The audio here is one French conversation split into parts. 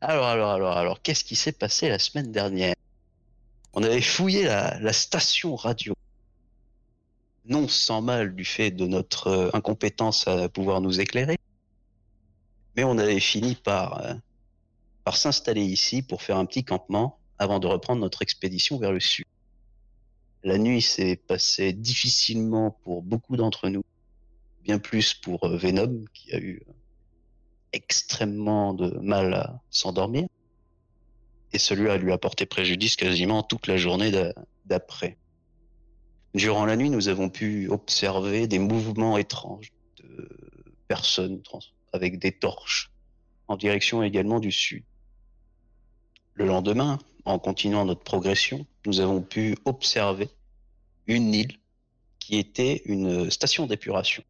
Alors, qu'est-ce qui s'est passé la semaine dernière? On avait fouillé la station radio, non sans mal du fait de notre incompétence à pouvoir nous éclairer, mais on avait fini par s'installer ici pour faire un petit campement avant de reprendre notre expédition vers le sud. La nuit s'est passée difficilement pour beaucoup d'entre nous, bien plus pour Venom qui a eu extrêmement de mal à s'endormir, et celui-là lui a porté préjudice quasiment toute la journée d'après. Durant la nuit, nous avons pu observer des mouvements étranges de personnes avec des torches en direction également du sud. Le lendemain, en continuant notre progression, nous avons pu observer une île qui était une station d'épuration.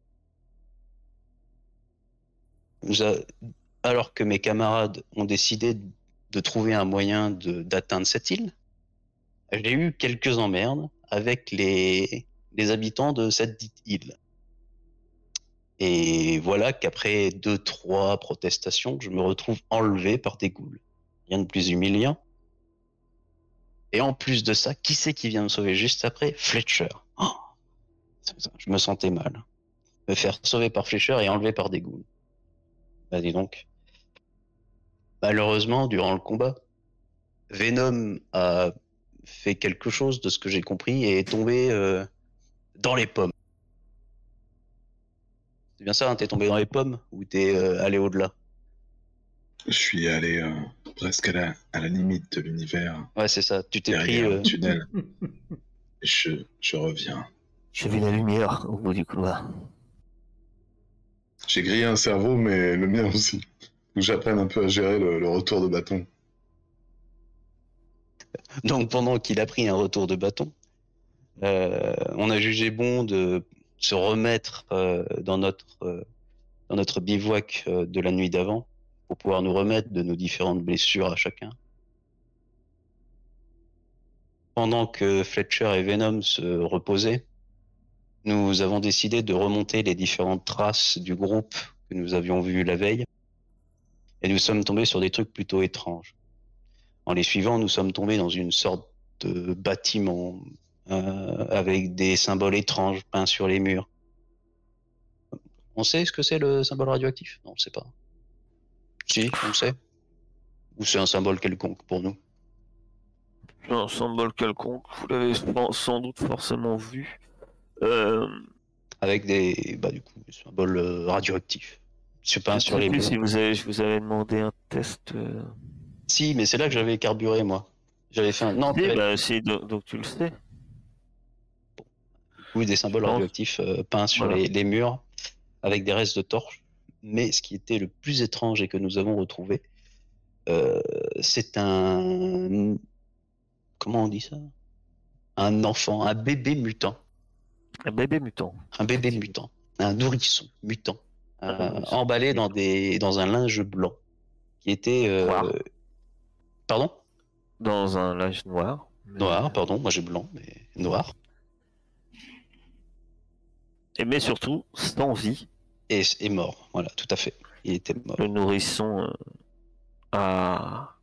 Alors que mes camarades ont décidé de trouver un moyen d'atteindre cette île, j'ai eu quelques emmerdes avec les habitants de cette dite île. Et voilà qu'après 2-3 protestations, je me retrouve enlevé par des ghouls. Rien de plus humiliant. Et en plus de ça, qui c'est qui vient me sauver juste après? Fletcher. Oh, je me sentais mal. Me faire sauver par Fletcher et enlevé par des ghouls. Bah dis donc. Malheureusement, durant le combat, Venom a fait quelque chose de ce que j'ai compris et est tombé dans les pommes. C'est bien ça, hein, t'es tombé dans les pommes ou t'es allé au-delà? Je suis allé presque à la limite de l'univers. Ouais, c'est ça. Tu t'es pris derrière le tunnel. Et je reviens. J'ai vu la lumière au bout du couloir. J'ai grillé un cerveau, mais le mien aussi. J'apprenne un peu à gérer le retour de bâton. Donc pendant qu'il a pris un retour de bâton, on a jugé bon de se remettre dans notre bivouac de la nuit d'avant pour pouvoir nous remettre de nos différentes blessures à chacun. Pendant que Fletcher et Venom se reposaient, nous avons décidé de remonter les différentes traces du groupe que nous avions vu la veille, et nous sommes tombés sur des trucs plutôt étranges. En les suivant, nous sommes tombés dans une sorte de bâtiment avec des symboles étranges peints sur les murs. On sait ce que c'est le symbole radioactif? Non, on ne sait pas. Si, on le sait. Ou c'est un symbole quelconque pour nous? Un symbole quelconque, vous l'avez sans doute forcément vu. Avec des symboles radioactifs. Je sais pas, sur les murs. Si je vous avais demandé un test. Si, mais c'est là que j'avais carburé, moi. J'avais fait un... Non, donc tu le sais. Oui, des symboles radioactifs peints sur les murs avec des restes de torches. Mais ce qui était le plus étrange et que nous avons retrouvé, c'est un... Comment on dit ça? Un enfant, un bébé mutant. Un bébé mutant. Un bébé mutant. Un nourrisson mutant. Emballé dans un linge blanc. Qui était... Pardon? Dans un linge noir. Noir, pardon. Moi j'ai blanc, mais noir. Mais surtout, sans vie. Et mort, voilà, tout à fait. Il était mort. Le nourrisson a...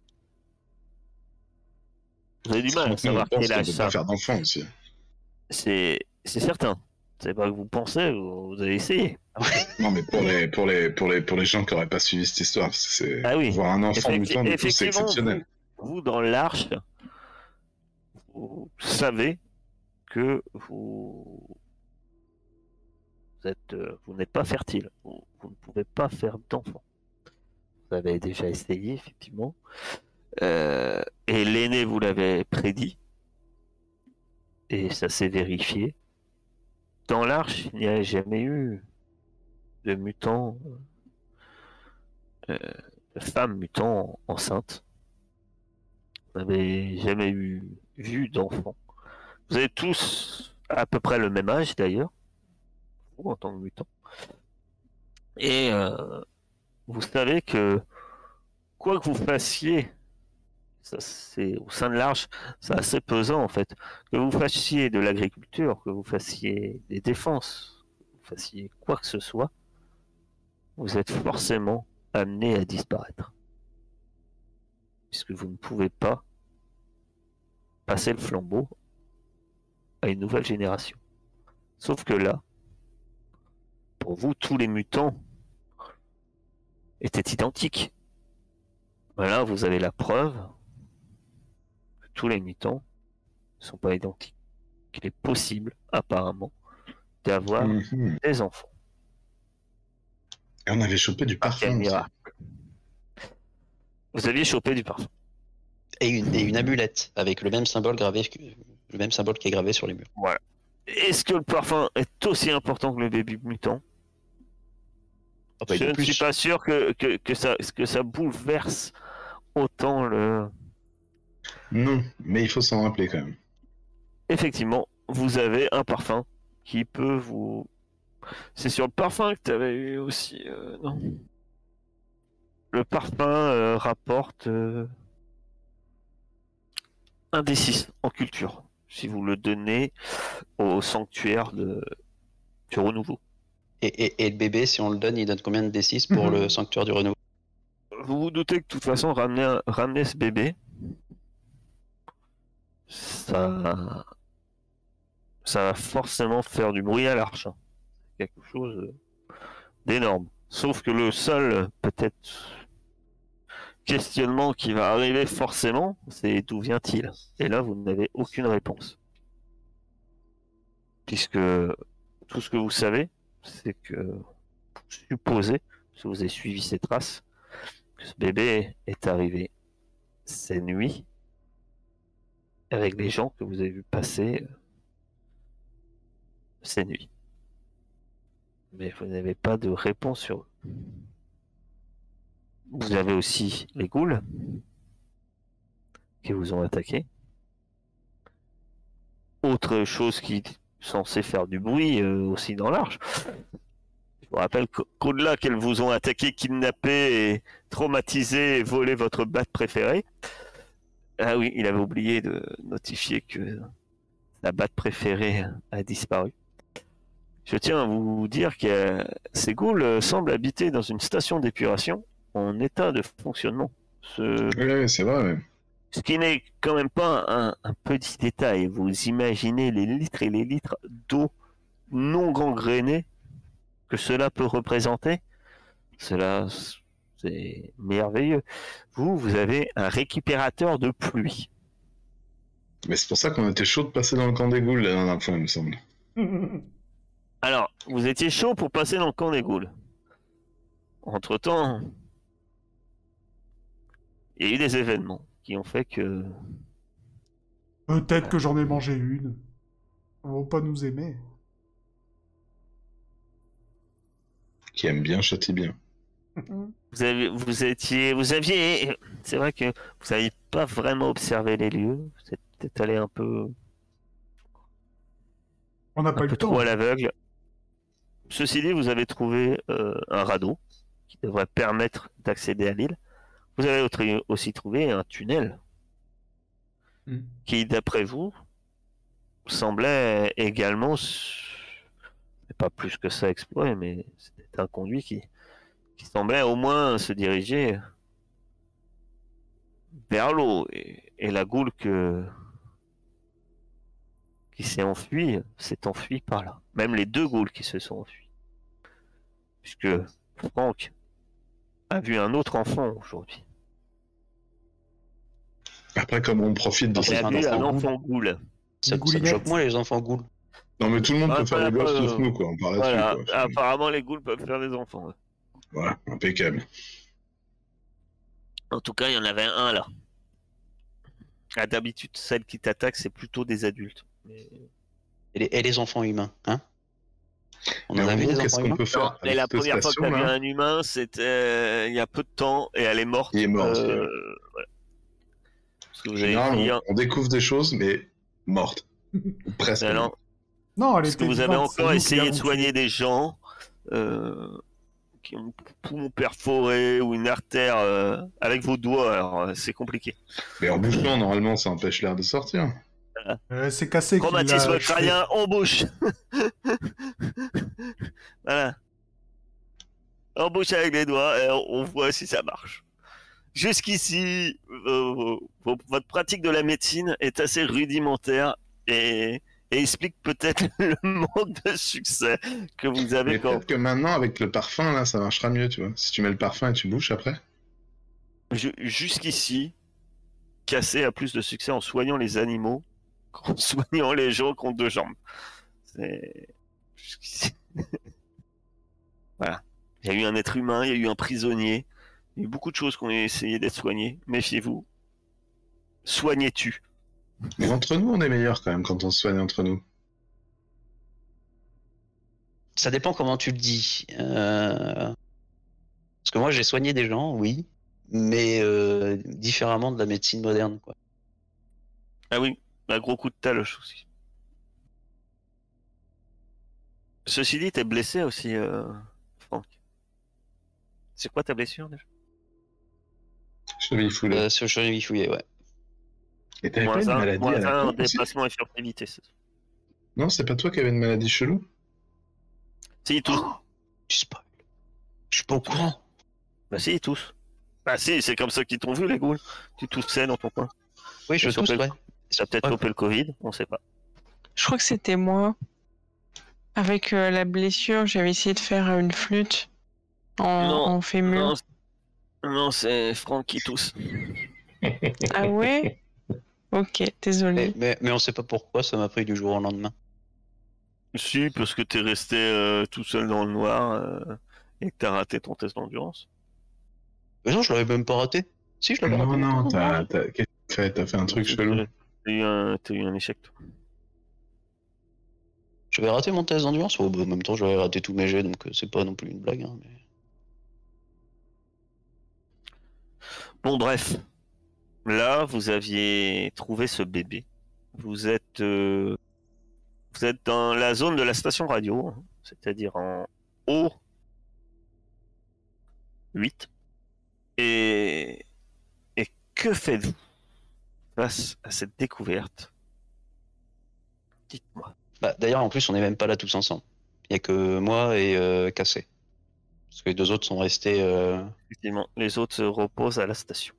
Vous avez du mal à savoir quel âge ça. Faire d'enfant aussi. C'est certain. C'est pas que vous pensez, vous avez essayé. Non, mais pour les gens qui n'auraient pas suivi cette histoire, c'est voir un enfant mutant, du coup, c'est exceptionnel. Vous, dans l'Arche, vous savez que vous n'êtes pas fertile. Vous ne pouvez pas faire d'enfant. Vous avez déjà essayé, effectivement. Et l'aîné vous l'avait prédit. Et ça s'est vérifié. Dans l'Arche, il n'y a jamais eu de mutants, de femmes mutants enceintes. Vous n'avez jamais vu d'enfants. Vous avez tous à peu près le même âge d'ailleurs, vous en tant que mutant. Et vous savez que quoi que vous fassiez, ça c'est au sein de l'Arche, c'est assez pesant en fait. Que vous fassiez de l'agriculture, que vous fassiez des défenses, que vous fassiez quoi que ce soit, vous êtes forcément amené à disparaître. puisque vous ne pouvez pas passer le flambeau à une nouvelle génération. Sauf que là, pour vous, tous les mutants étaient identiques. Là, vous avez la preuve que tous les mutants ne sont pas identiques. Qu'il est possible, apparemment, d'avoir des enfants. Et on avait chopé du parfum aussi. Vous aviez chopé du parfum. Et une amulette avec le même symbole qui est gravé sur les murs. Voilà. Est-ce que le parfum est aussi important que le bébé mutant? Je ne suis pas sûr que ça bouleverse autant le... Non, mais il faut s'en rappeler quand même. Effectivement, vous avez un parfum qui peut vous... C'est sur le parfum que tu avais eu aussi, non? Le parfum rapporte un D6 en culture, si vous le donnez au sanctuaire du renouveau. Et le bébé, si on le donne, il donne combien de D6 pour le sanctuaire du renouveau? Vous vous doutez que de toute façon, ramener ce bébé, ça va forcément faire du bruit à l'arche. Quelque chose d'énorme. Sauf que le seul, peut-être, questionnement qui va arriver forcément, c'est d'où vient-il? Et là, vous n'avez aucune réponse. Puisque tout ce que vous savez, c'est que vous supposez, si vous avez suivi ces traces, que ce bébé est arrivé cette nuit avec les gens que vous avez vu passer cette nuit. Mais vous n'avez pas de réponse sur eux. Vous avez aussi les ghouls qui vous ont attaqué. Autre chose qui est censée faire du bruit aussi dans l'arche. Je vous rappelle qu'au-delà qu'elles vous ont attaqué, kidnappé, et traumatisé et volé votre batte préférée. Ah oui, il avait oublié de notifier que la batte préférée a disparu. Je tiens à vous dire que ces ghouls semblent habiter dans une station d'épuration en état de fonctionnement. Oui, c'est vrai. Oui. Ce qui n'est quand même pas un petit détail. Vous imaginez les litres et les litres d'eau non gangrénée que cela peut représenter? Cela, c'est merveilleux. Vous avez un récupérateur de pluie. Mais c'est pour ça qu'on était chaud de passer dans le camp des ghouls la dernière fois, il me semble. Alors, vous étiez chaud pour passer dans le camp des ghouls. Entre-temps, il y a eu des événements qui ont fait que... Peut-être que j'en ai mangé une. On va pas nous aimer. Qui aime bien, châtie bien. Vous aviez... C'est vrai que vous n'avez pas vraiment observé les lieux. Vous êtes peut-être allé un peu... On n'a pas eu le temps. Trop à l'aveugle. Ceci dit, vous avez trouvé un radeau qui devrait permettre d'accéder à l'île. Vous avez aussi trouvé un tunnel qui, d'après vous, semblait également, pas plus que ça explorer, mais c'était un conduit qui semblait au moins se diriger vers l'eau. Et la goule qui s'est enfuie par là. Même les deux ghouls qui se sont enfuis. Puisque Franck a vu un autre enfant aujourd'hui. Après, comme on profite de ces enfants ghoul. Ça me choque moins les enfants ghouls. Non, mais tout le monde peut faire des gosses sauf nous, quoi. On parle là-dessus, quoi. Apparemment, les ghouls peuvent faire des enfants. Ouais. Voilà, impeccable. En tout cas, il y en avait un là. D'habitude, celle qui t'attaque, c'est plutôt des adultes. Mais... Et les enfants humains, hein? On en a vu des enfants humains. Et la première fois que tu as vu un humain, c'était il y a peu de temps, et elle est morte. Il est mort. Voilà. Parce que vous avez on découvre des choses, mais morte. Presque. Non, parce que vous avez encore essayé de soigner des gens qui ont un poumon perforé ou une artère avec vos doigts, alors c'est compliqué. Mais en bouchant, normalement, ça empêche l'air de sortir. C'est cassé. Traumatisme crânien en bouche. Voilà. En bouche avec les doigts, et on voit si ça marche. Jusqu'ici, votre pratique de la médecine est assez rudimentaire et explique peut-être le manque de succès que vous avez. Mais peut-être que maintenant, avec le parfum, là, ça marchera mieux, tu vois. Si tu mets le parfum et tu bouches après. Jusqu'ici, Cassé a plus de succès en soignant les animaux qu'en soignant les gens qui ont 2 jambes. Jusqu'ici. Voilà. Il y a eu un être humain, il y a eu un prisonnier, il y a eu beaucoup de choses qui ont essayé d'être soignées. Méfiez-vous. Soignez-tu. Mais entre nous, on est meilleurs quand même quand on se soigne entre nous. Ça dépend comment tu le dis. Parce que moi, j'ai soigné des gens, oui, mais différemment de la médecine moderne, quoi. Ah oui, un gros coup de taloche aussi. Ceci dit, t'es blessé aussi, Franck. C'est quoi ta blessure déjà? Cheville foulée. Sur cheville fouillée, ouais. Et t'avais pas une maladie à la con déplacement et furtivité. Non, c'est pas toi qui avais une maladie chelou? Si, tous. Oh, tu spoil. Je suis pas au courant. Bah si, tous. Bah si, c'est comme ça qu'ils t'ont vu, les ghouls. Tu toussais dans ton coin. Oui, je tousse, ouais. Ça a peut-être chopé le Covid, on sait pas. Je crois que c'était moi. Avec la blessure, j'avais essayé de faire une flûte en fémur. Non, c'est Franck qui tousse. Ah ouais? Ok, désolé. Mais on sait pas pourquoi, ça m'a pris du jour au lendemain. Si, parce que t'es resté tout seul dans le noir et que t'as raté ton test d'endurance. Mais non, je l'avais même pas raté. Si, je l'avais raté. Non, t'as fait un truc chelou. T'as eu un échec, toi. J'avais raté mon test d'endurance. En même temps, j'avais raté tous mes jets, donc c'est pas non plus une blague. Hein, mais... Bon, bref. Là, vous aviez trouvé ce bébé. Vous êtes dans la zone de la station radio, hein, c'est-à-dire en haut 8. Et que faites-vous face à cette découverte? Dites-moi. Bah, d'ailleurs, en plus, on n'est même pas là tous ensemble. Il n'y a que moi et Cassé. Parce que les 2 autres sont restés... Effectivement, les autres se reposent à la station.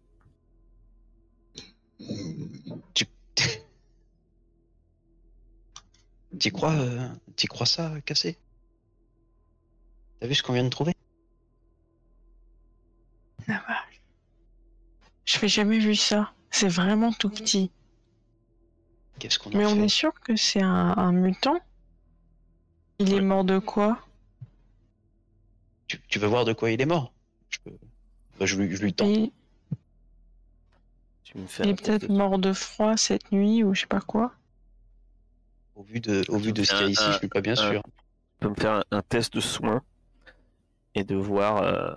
T'y crois ça, Cassé? T'as vu ce qu'on vient de trouver? Ah bah. Je n'ai jamais vu ça. C'est vraiment tout petit. Qu'est-ce qu'on Mais on est sûr que c'est un mutant? Il est mort de quoi? Tu veux voir de quoi il est mort? Je lui tente. Il est peut-être mort de froid cette nuit ou je sais pas quoi. Au vu de ce qu'il y a ici, je suis pas bien sûr. Tu peux me faire un test de soin et de voir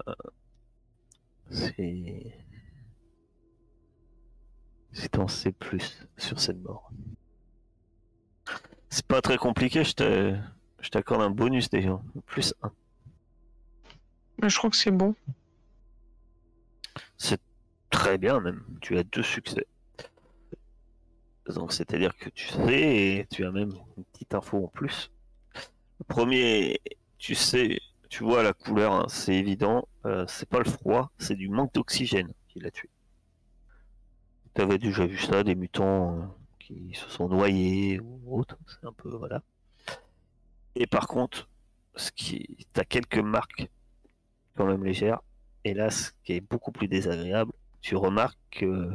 si t'en sais plus sur cette mort. C'est pas très compliqué, je t'accorde un bonus déjà, plus 1. Mais je crois que c'est bon. C'est très bien même, tu as 2 succès. Donc c'est-à-dire que tu sais, et tu as même une petite info en plus. Le premier, tu sais, tu vois la couleur, hein, c'est évident, c'est pas le froid, c'est du manque d'oxygène qui l'a tué. Tu avais déjà vu ça, des mutants qui se sont noyés ou autre, c'est un peu, voilà. Et par contre, t'as quelques marques quand même légères, et là, ce qui est beaucoup plus désagréable, tu remarques que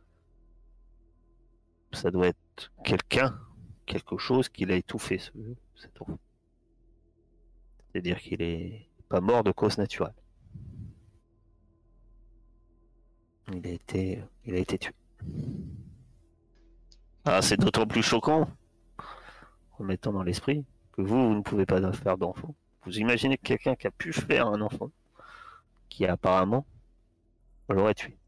ça doit être quelque chose qui l'a étouffé, cet enfant. C'est-à-dire qu'il est pas mort de cause naturelle. Il a été tué. Ah, c'est d'autant plus choquant, en mettant dans l'esprit, que vous ne pouvez pas faire d'enfant. Vous imaginez que quelqu'un qui a pu faire un enfant, qui apparemment l'aurait tué.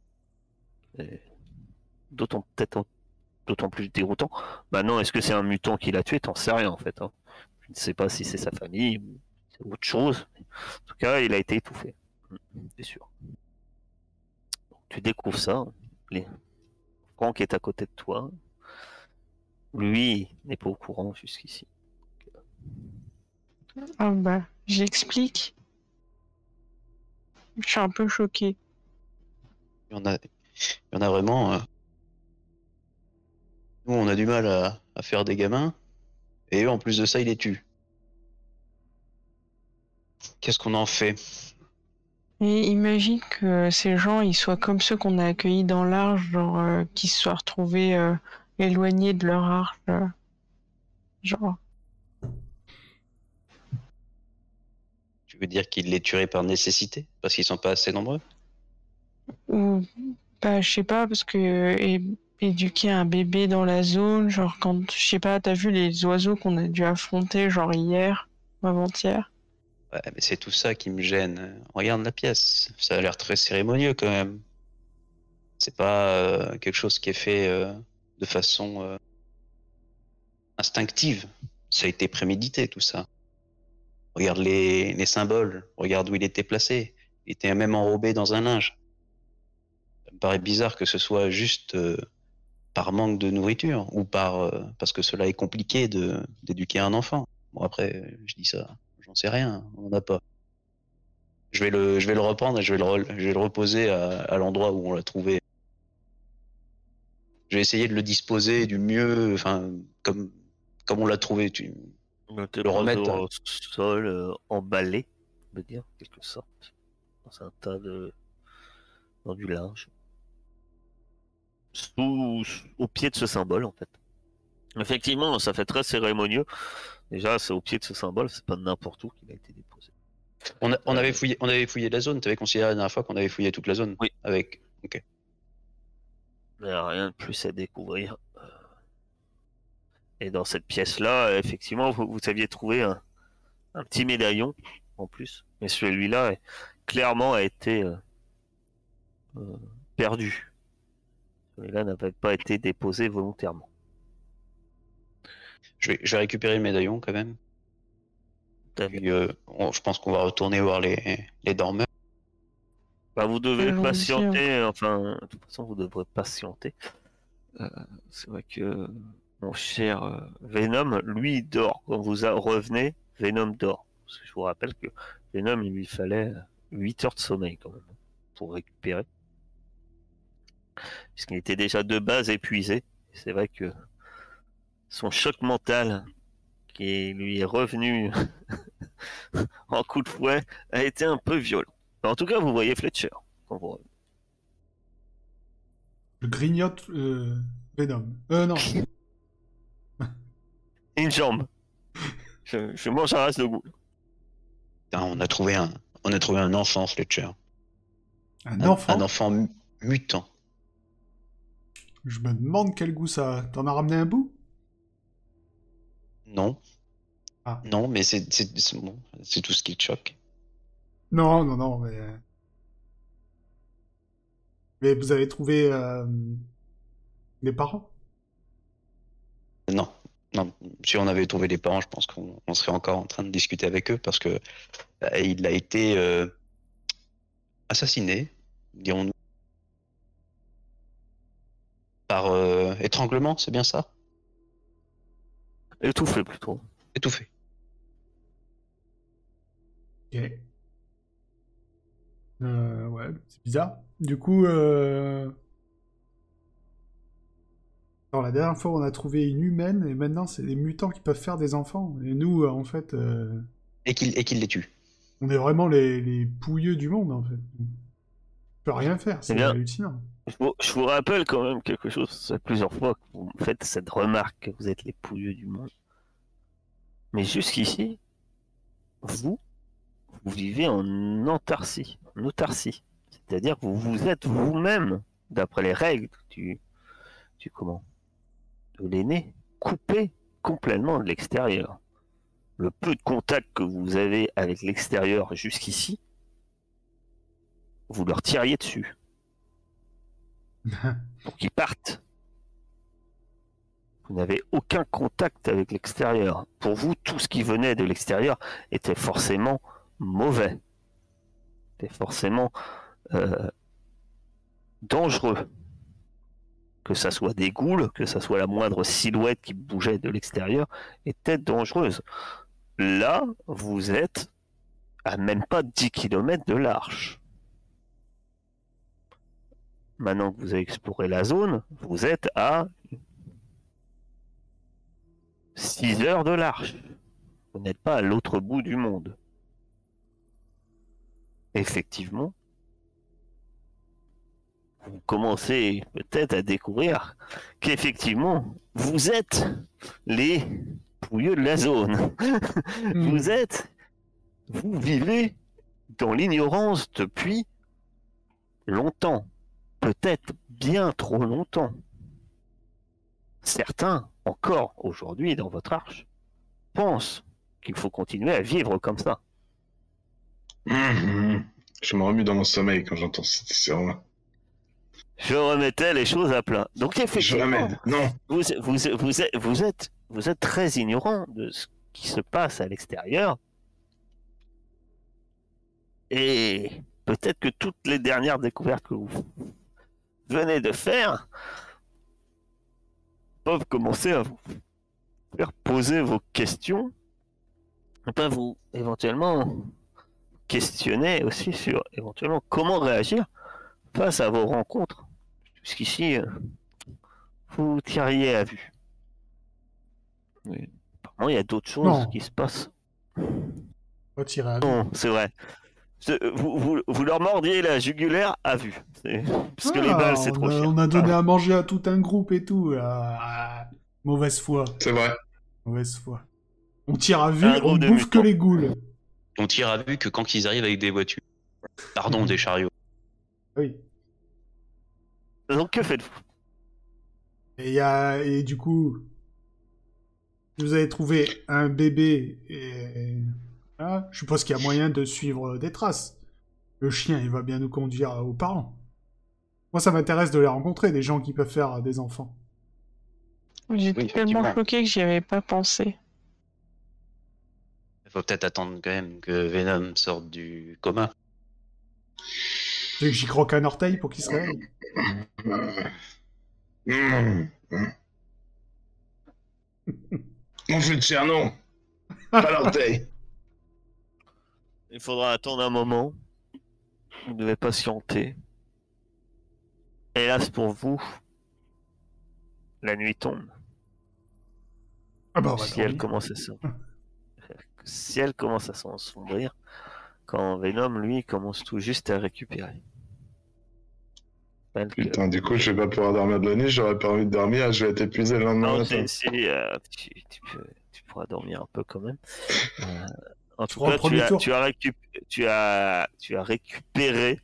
D'autant plus déroutant. Maintenant, est-ce que c'est un mutant qui l'a tué? T'en sais rien en fait. Hein. Je ne sais pas si c'est sa famille ou c'est autre chose. En tout cas, il a été étouffé. C'est sûr. Donc, tu découvres ça. Franck est à côté de toi. Lui n'est pas au courant jusqu'ici. Ah bah, j'explique. Je suis un peu choquée. Il y en a vraiment. Nous, on a du mal à faire des gamins, et eux, en plus de ça, ils les tuent. Qu'est-ce qu'on en fait? Et imagine que ces gens, ils soient comme ceux qu'on a accueillis dans l'Arche, genre qui se soient retrouvés éloignés de leur Arche, genre. Tu veux dire qu'ils les tueraient par nécessité, parce qu'ils sont pas assez nombreux? Ou, bah, je sais pas, parce que éduquer un bébé dans la zone, genre quand, je sais pas, t'as vu les oiseaux qu'on a dû affronter, genre hier ou avant-hier? Ouais, mais c'est tout ça qui me gêne. Regarde la pièce, ça a l'air très cérémonieux quand même. C'est pas quelque chose qui est fait de façon instinctive. Ça a été prémédité tout ça. Regarde les symboles, regarde où il était placé. Il était même enrobé dans un linge. Ça me paraît bizarre que ce soit juste par manque de nourriture ou parce que cela est compliqué d'éduquer un enfant. Bon après, je dis ça, j'en sais rien, on n'en a pas. Je vais le reprendre et je vais le reposer à l'endroit où on l'a trouvé. Je vais essayer de le disposer du mieux, enfin comme on l'a trouvé. Le remettre au sol, emballé, on peut dire, en quelque sorte, dans un tas dans du linge, au pied de ce symbole en fait. Effectivement, ça fait très cérémonieux. Déjà, c'est au pied de ce symbole, c'est pas n'importe où qu'il a été déposé. On avait fouillé la zone. Tu avais considéré la dernière fois qu'on avait fouillé toute la zone. Oui. Ok. Il n'y a rien de plus à découvrir. Et dans cette pièce-là, effectivement, vous aviez trouvé un petit médaillon en plus, mais celui-là clairement a été perdu. Celui-là n'avait pas été déposé volontairement. Je vais récupérer le médaillon quand même. Puis, je pense qu'on va retourner voir les dormeurs. Bah, vous devez patienter, enfin, de toute façon, vous devrez patienter. C'est vrai que mon cher Venom, lui, dort. Quand vous revenez, Venom dort. Parce que je vous rappelle que Venom, il lui fallait 8 heures de sommeil quand même pour récupérer. Puisqu'il était déjà de base épuisé. C'est vrai que son choc mental qui lui est revenu en coup de fouet a été un peu violent. En tout cas, vous voyez Fletcher quand vous revenez. Je grignote Venom. Non. Une jambe. Je mange un reste de goût. Putain, on a trouvé un enfant, Fletcher. Un enfant? Un enfant mutant. Je me demande quel goût ça a. T'en as ramené un bout? Non. Ah. Non, mais c'est bon, c'est tout ce qui te choque. Non, mais... Mais vous avez trouvé les parents? Non. Si on avait trouvé les parents, je pense qu'on serait encore en train de discuter avec eux parce que il a été assassiné, dirons-nous, par étranglement, c'est bien ça? Étouffé plutôt. Étouffé. Ok. Ouais, c'est bizarre. Du coup, alors, la dernière fois, on a trouvé une humaine, et maintenant, c'est des mutants qui peuvent faire des enfants. Et nous, en fait... Et qu'il les tue. On est vraiment les pouilleux du monde, en fait. On peut rien faire, c'est hallucinant. Je vous rappelle quand même quelque chose, plusieurs fois que vous faites cette remarque que vous êtes les pouilleux du monde. Mais jusqu'ici, vous vivez en autarcie. C'est-à-dire que vous êtes vous-même, d'après les règles de l'aîné, coupé complètement de l'extérieur. Le peu de contact que vous avez avec l'extérieur jusqu'ici, vous leur tiriez dessus. Pour qu'ils partent. Vous n'avez aucun contact avec l'extérieur. Pour vous, tout ce qui venait de l'extérieur était forcément mauvais. Était forcément dangereux. Que ça soit des ghouls, que ça soit la moindre silhouette qui bougeait de l'extérieur, était dangereuse. Là, vous êtes à même pas 10 km de l'Arche. Maintenant que vous avez exploré la zone, vous êtes à 6 heures de l'arche. Vous n'êtes pas à l'autre bout du monde. Effectivement, vous commencez peut-être à découvrir qu'effectivement, vous êtes les pouilleux de la zone. Vous vivez dans l'ignorance depuis longtemps. Peut-être bien trop longtemps. Certains, encore aujourd'hui dans votre arche, pensent qu'il faut continuer à vivre comme ça. Je me remue dans mon sommeil quand j'entends cette histoire-là. Je remettais les choses à plat. Donc effectivement, vous êtes très ignorant de ce qui se passe à l'extérieur. Et peut-être que toutes les dernières découvertes que vous venez de faire peuvent commencer à vous faire poser vos questions. Et peuvent vous éventuellement questionner aussi sur éventuellement comment réagir face à vos rencontres. Jusqu'ici, vous tiriez à vue. Mais apparemment, il y a d'autres choses qui se passent. Pas tirer à vue. Non, c'est vrai. Vous leur mordiez la jugulaire à vue. Parce que les balles, c'est trop cher. On a donné à manger à tout un groupe et tout. Mauvaise foi. C'est vrai. Mauvaise foi. On tire à vue, on bouffe que les ghouls. On tire à vue que quand ils arrivent avec des voitures. Pardon, des chariots. Oui. Donc que faites-vous? Et du coup, vous avez trouvé un bébé et je suppose qu'il y a moyen de suivre des traces. Le chien, il va bien nous conduire aux parents. Moi, ça m'intéresse de les rencontrer, des gens qui peuvent faire des enfants. J'étais tellement choqué que j'y avais pas pensé. Il faut peut-être attendre quand même que Venom sorte du coma. Tu veux que j'y croque un orteil pour qu'il se réveille? Mon jeu de chair, non. Pas l'orteil. Il faudra attendre un moment. Vous devez patienter. Hélas pour vous, la nuit tombe. Si elle commence à s'ensombrir, quand Venom, lui, commence tout juste à récupérer. Putain, du coup, je vais pas pouvoir dormir de la nuit, j'aurais pas envie de dormir, je vais être épuisé le lendemain matin. Tu pourras dormir un peu quand même. En tout cas, tu as récupéré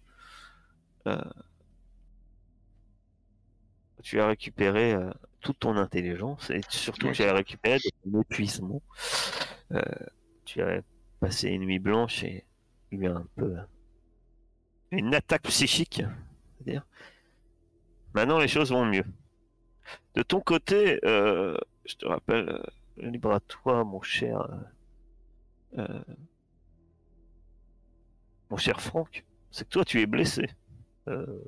toute ton intelligence et surtout tu as récupéré de ton épuisement. Tu as passé une nuit blanche et eu un peu une attaque psychique, c'est-à-dire. Maintenant, les choses vont mieux. De ton côté, je te rappelle, libre à toi, mon cher Franck, c'est que toi, tu es blessé. Je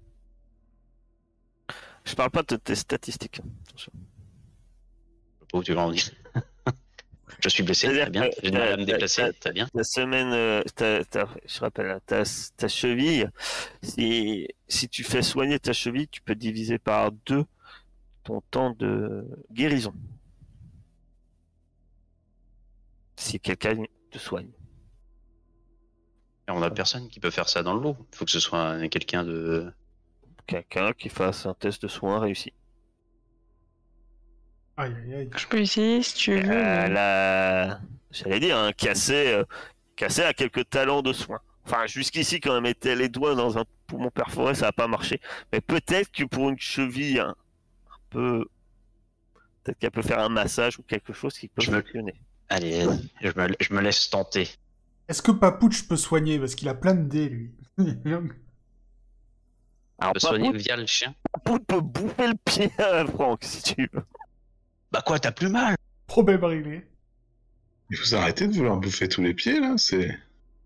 parle pas de tes statistiques. Attention. Je sais pas où tu vas en dire. Je suis blessé, très bien. J'ai du mal à me déplacer, très bien. Ta semaine, je rappelle, ta cheville, si tu fais soigner ta cheville, tu peux diviser par 2 ton temps de guérison. Si quelqu'un te soigne. Et on a personne qui peut faire ça dans le lot. Il faut que ce soit quelqu'un qui fasse un test de soin réussi. Aïe, aïe, aïe. Je peux essayer si tu veux. J'allais dire, cassé à quelques talents de soins. Enfin, jusqu'ici, quand elle mettait les doigts dans un poumon perforé, ça n'a pas marché. Mais peut-être que pour une cheville un peu... Peut-être qu'elle peut faire un massage ou quelque chose qui peut fonctionner. Allez, je me laisse tenter. Est-ce que Papouche peut soigner? Parce qu'il a plein de dés, lui. Alors, peut soigner via le chien. Papouche peut bouffer le pied à Franck, si tu veux. Bah quoi, t'as plus mal? Problème réglé. Il faut arrêter de vouloir bouffer tous les pieds, là, c'est...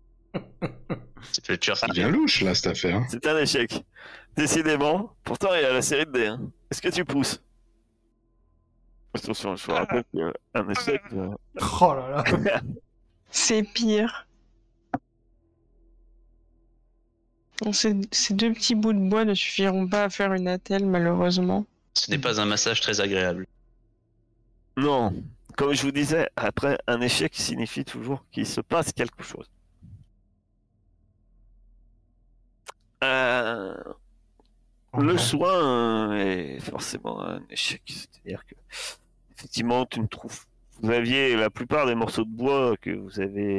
C'est bien louche, là, cette affaire. Hein. C'est un échec. Décidément. Pourtant, il y a la série de dés. Hein. Est-ce que tu pousses? Attention, je vous rappelle qu'un échec... Oh là là. C'est pire. Donc, ces 2 petits bouts de bois ne suffiront pas à faire une attelle, malheureusement. Ce n'est pas un massage très agréable. Non, comme je vous disais, après, un échec signifie toujours qu'il se passe quelque chose. Le soin est forcément un échec. C'est-à-dire que, effectivement, vous aviez la plupart des morceaux de bois que vous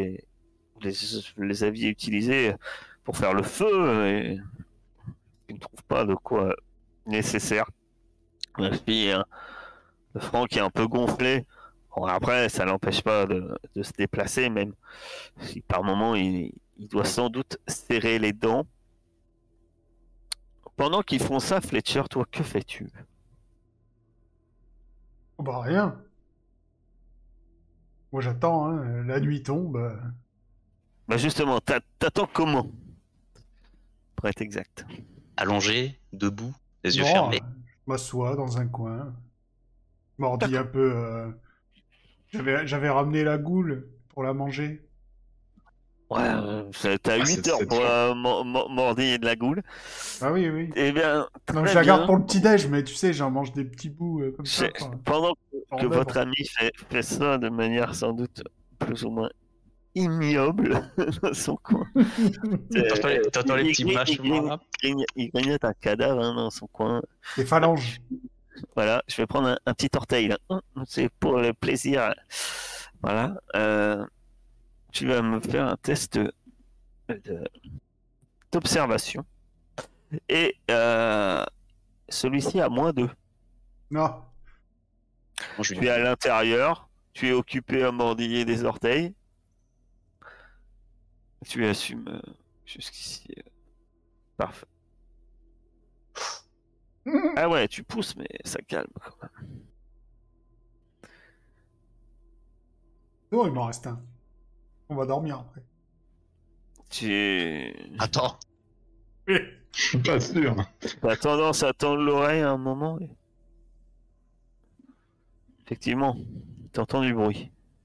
les aviez utilisés pour faire le feu et tu ne trouves pas de quoi nécessaire. La fille, le Franck est un peu gonflé. Bon, après, ça l'empêche pas de se déplacer, même si par moment il doit sans doute serrer les dents. Pendant qu'ils font ça, Fletcher, toi, que fais-tu? Oh bah rien. Moi j'attends, hein. La nuit tombe. Bah justement, t'attends comment? Pour être exact. Allongé, debout, les yeux fermés. Je m'assois dans un coin. Je mordis un peu. J'avais ramené la goule pour la manger. Ouais, t'as 8 heures pour mordiller de la goule. Ah oui, oui. Eh bien, non, je la garde pour le petit-déj, mais tu sais, j'en mange des petits bouts comme ça. Pendant que votre ami fait ça de manière sans doute plus ou moins ignoble dans son coin. T'entends les petits mâchements là? Il grignote un cadavre dans son coin. Des phalanges. Voilà, je vais prendre un petit orteil là. C'est pour le plaisir. Voilà. Tu vas me faire un test d'observation. Et celui-ci a -2. Non. Tu es à l'intérieur, tu es occupé à mordiller des orteils. Tu assumes jusqu'ici. Parfait. Ah ouais, tu pousses, mais ça calme quand même. Non, il m'en reste un. On va dormir après. Attends. Je suis pas sûr. T'as tendance à tendre l'oreille à un moment. Effectivement, t'entends du bruit.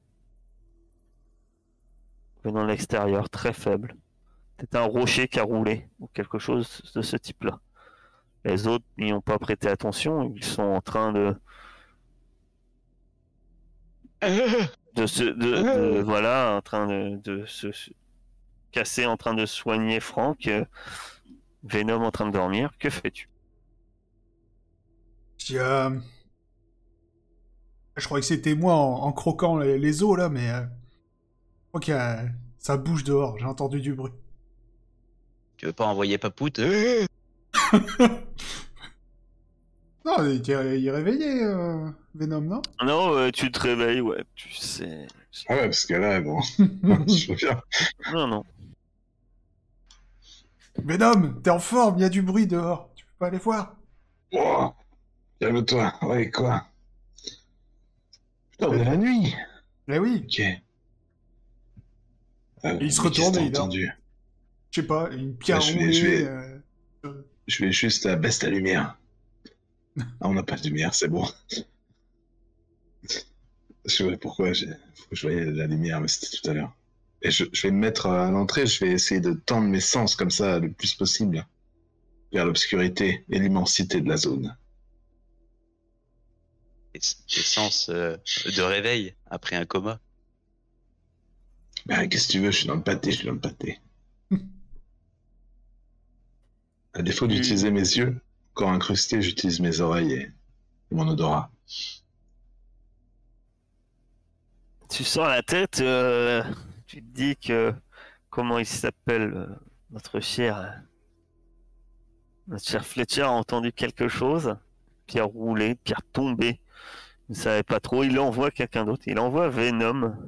Venant de l'extérieur, très faible. C'est un rocher qui a roulé, ou quelque chose de ce type-là. Les autres n'y ont pas prêté attention, ils sont en train voilà, en train de se casser, en train de soigner Franck. Venom en train de dormir. Que fais-tu? Je crois que c'était moi en croquant les os là, mais je crois que ça bouge dehors. J'ai entendu du bruit. Tu veux pas envoyer Papoute? Non, il est réveillé, Venom, non? Non, tu te réveilles, ouais, tu sais. Ah ouais, parce que là, bon, je reviens. Non. Venom, t'es en forme, il y a du bruit dehors. Tu peux pas aller voir? Oh, calme-toi, ouais, quoi? Putain, on est la nuit. Eh oui. Ok. Et il se retourne et il dort. Je sais pas, une pierre roulée. Je vais juste baisser ta lumière. Ah, on n'a pas de lumière, c'est bon. Je sais pourquoi je voyais la lumière, mais c'était tout à l'heure. Et je vais me mettre à l'entrée, je vais essayer de tendre mes sens comme ça le plus possible vers l'obscurité et l'immensité de la zone. Tes sens de réveil après un coma. Bah, qu'est-ce que tu veux, je suis dans le pâté. À défaut d'utiliser mes yeux, encore incrustés, j'utilise mes oreilles et mon odorat. Tu sens la tête, tu te dis que comment il s'appelle notre cher Fletcher a entendu quelque chose, pierre roulée, pierre tombée, il ne savait pas trop, il envoie quelqu'un d'autre, il envoie Venom.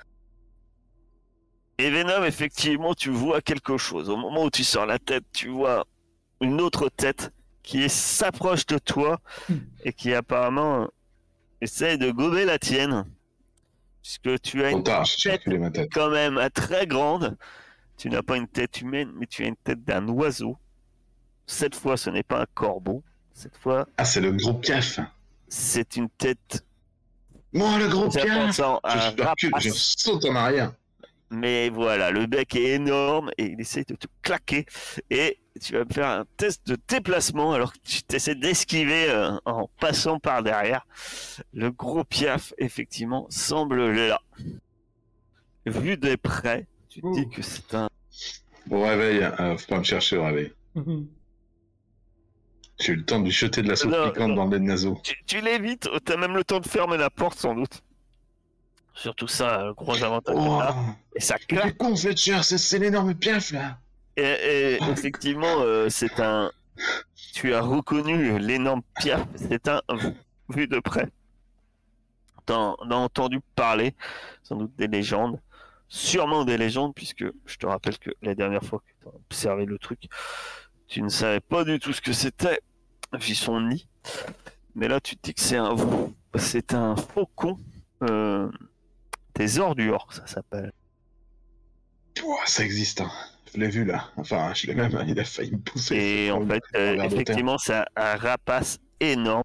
Et Venom, effectivement, tu vois quelque chose. Au moment où tu sors la tête, tu vois une autre tête qui s'approche de toi et qui apparemment essaie de gober la tienne. Puisque tu as une tête quand même très grande. Tu n'as pas une tête humaine, mais tu as une tête d'un oiseau. Cette fois, ce n'est pas un corbeau. Cette fois... Ah, c'est le gros piaf. C'est une tête... Moi, le gros piaf. Je saute en arrière. Mais voilà, le bec est énorme et il essaie de te claquer. Et tu vas me faire un test de déplacement alors que tu essaies d'esquiver en passant par derrière. Le gros piaf, effectivement, semble là. Vu de près, tu te dis que c'est un... Bon réveil, faut pas me chercher au réveil. J'ai eu le temps de lui jeter de la sauce Non, piquante dans le naso. Tu l'évites, t'as même le temps de fermer la porte sans doute. Surtout ça, le gros avantage que t'as. Et ça claque. C'est con Fletcher, c'est l'énorme piaf là. Et effectivement, c'est un... Tu as reconnu l'énorme piaf, c'est un... Vu de près. T'en as entendu parler, sans doute des légendes. Sûrement des légendes, puisque je te rappelle que la dernière fois que tu as observé le truc, tu ne savais pas du tout ce que c'était, vu son nid. Mais là, tu te dis que c'est un faucon des ordures, ça s'appelle. Ouah, ça existe, hein. Je l'ai vu là. Enfin, je l'ai même, il a failli me pousser. Et en fait, effectivement, c'est un rapace énorme.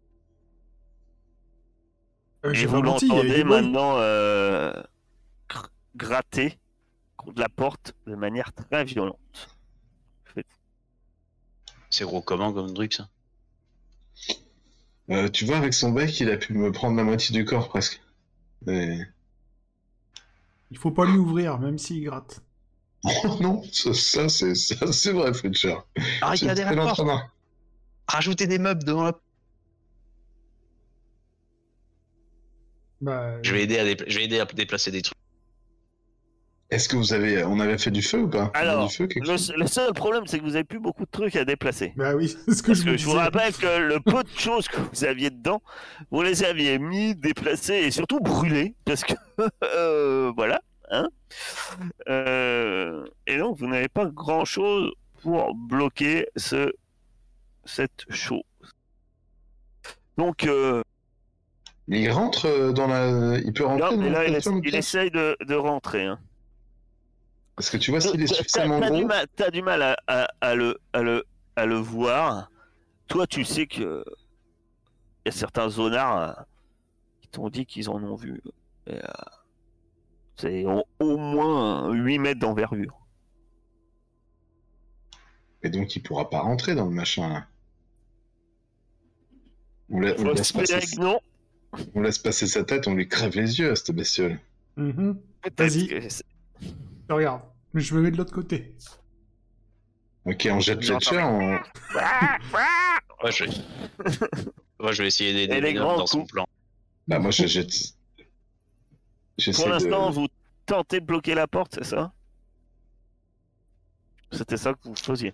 Et vous l'entendez maintenant gratter contre la porte de manière très violente. C'est gros comment comme truc ça? Tu vois, avec son bec, il a pu me prendre la moitié du corps presque. Et... Il faut pas lui ouvrir, même s'il gratte. Oh non, ça c'est vrai, Fletcher. Regardez la porte. Rajoutez des meubles devant la porte. Bah, Je vais aider à déplacer des trucs. Est-ce que on avait fait du feu ou pas? Alors, du feu, le seul problème, c'est que vous avez plus beaucoup de trucs à déplacer. bah oui, c'est ce que Parce je que me je vous disais. rappelle que le peu de choses que vous aviez dedans, vous les aviez mis, déplacés et surtout brûlés. Parce que, voilà. Hein, et donc, vous n'avez pas grand-chose pour bloquer cette chose. Donc... il rentre dans la... Il peut rentrer non, mais dans là, la il essaye de rentrer. Hein. Parce que tu vois, s'il est suffisamment gros... T'as du mal à le voir. Toi, tu sais que il y a certains zonards qui t'ont dit qu'ils en ont vu. C'est au moins 8 mètres d'envergure. Et donc, il pourra pas rentrer dans le machin, là. On laisse passer sa tête, on lui crève les yeux à cette bestiole. Vas-y. Regarde, mais je me mets de l'autre côté. Ok, on jette Fletcher, Ouais, je vais essayer d'aider les grands dans son plan. Bah moi je jette... Pour l'instant, vous tentez de bloquer la porte, c'est ça? C'était ça que vous faisiez.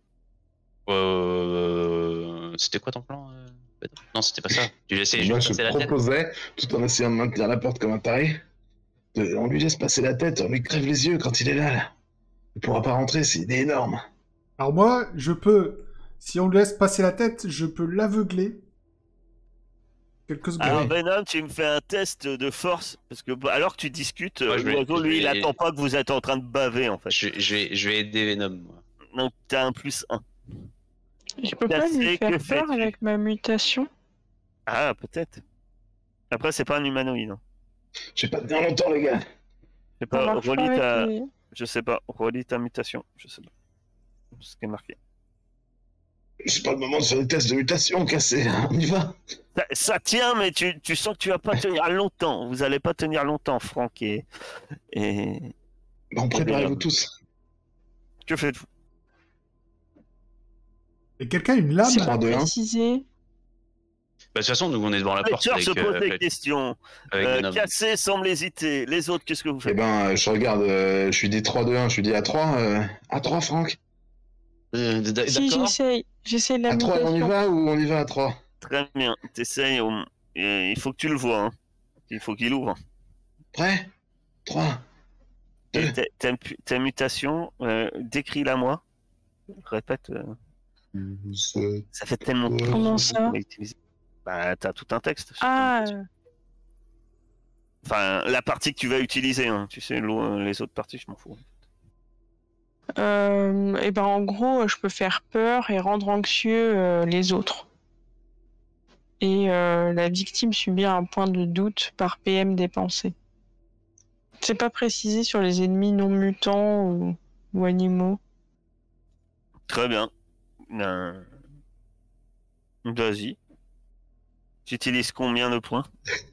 C'était quoi ton plan Non, c'était pas ça. Tu laissais moi, juste passer la tête. Je proposais, tout en essayant de maintenir la porte comme un taré, on lui laisse passer la tête, on lui crève les yeux quand il est là. Il pourra pas rentrer, c'est énorme. Alors moi, je peux, si on lui laisse passer la tête, je peux l'aveugler. Quelques secondes. Alors Venom, tu me fais un test de force, parce que alors que tu discutes, Ouais, l'oiseau, lui, il attend pas que vous êtes en train de baver, en fait. Je vais aider Venom, moi. Donc t'as un +1. Je peux pas lui faire peur avec ma mutation? Ah, peut-être. Après, c'est pas un humanoïde. Hein. Je vais pas tenir longtemps, les gars. Je sais pas, relis ta... Je sais pas, relis ta mutation. Je sais pas. Ce qui est marqué. C'est pas le moment de faire des tests de mutation, cassé. On y va. Ça tient, mais tu sens que tu vas pas tenir longtemps. Vous allez pas tenir longtemps, Franck et... Bon, préparez-vous tous. Que faites-vous? Et quelqu'un a une lame? C'est pas précisé. Bah, de toute façon, nous on est devant la porte. Fletcher se pose des questions. Cassé semble hésiter. Les autres, qu'est-ce que vous faites? Eh ben, je regarde, je lui dis 3, 2, 1, je lui dis à 3. À 3, Franck. Si, j'essaye la à 3, on y va ou on y va à 3? Très bien, t'essayes. Il faut que tu le vois. Hein. Il faut qu'il ouvre. Prêt? 3. Et ta mutation, décris-la moi. Répète. Ça fait tellement de temps. Comment ça? Bah, t'as tout un texte. Ah. Enfin, la partie que tu vas utiliser, hein. Tu sais, les autres parties, je m'en fous. Et ben en gros, je peux faire peur et rendre anxieux les autres. Et la victime subit un point de doute par PM dépensé. C'est pas précisé sur les ennemis non mutants ou animaux. Très bien. Vas-y. Tu utilises combien de points?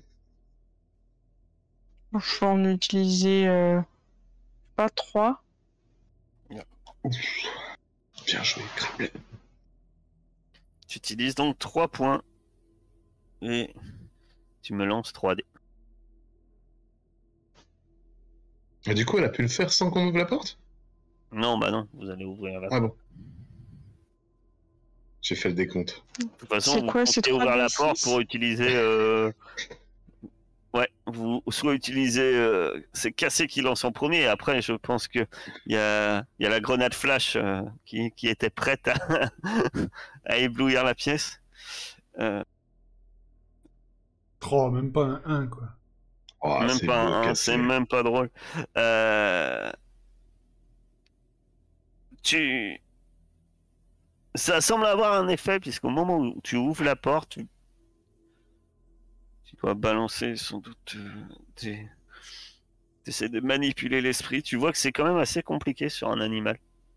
Je vais en utiliser pas 3. Bien joué, Krablin. Tu utilises donc 3 points. Et tu me lances 3 dés. Et du coup, elle a pu le faire sans qu'on ouvre la porte? Non, bah non, vous allez ouvrir la porte. Ah bon. J'ai fait le décompte. De toute façon, C'est vous quoi, c'est comptez ouvrir la 3d6? porte pour utiliser... Ouais, vous soit utilisez... c'est Cassé qui lance en premier, et après, je pense que il y a la grenade flash qui était prête à éblouir la pièce. Oh, même pas un 1, quoi. Oh, Même c'est pas beau, un, Cassé. c'est même pas drôle. Ça semble avoir un effet, puisqu'au moment où tu ouvres la porte, tu dois balancer sans doute t'essaies de manipuler l'esprit. Tu vois que c'est quand même assez compliqué sur un animal.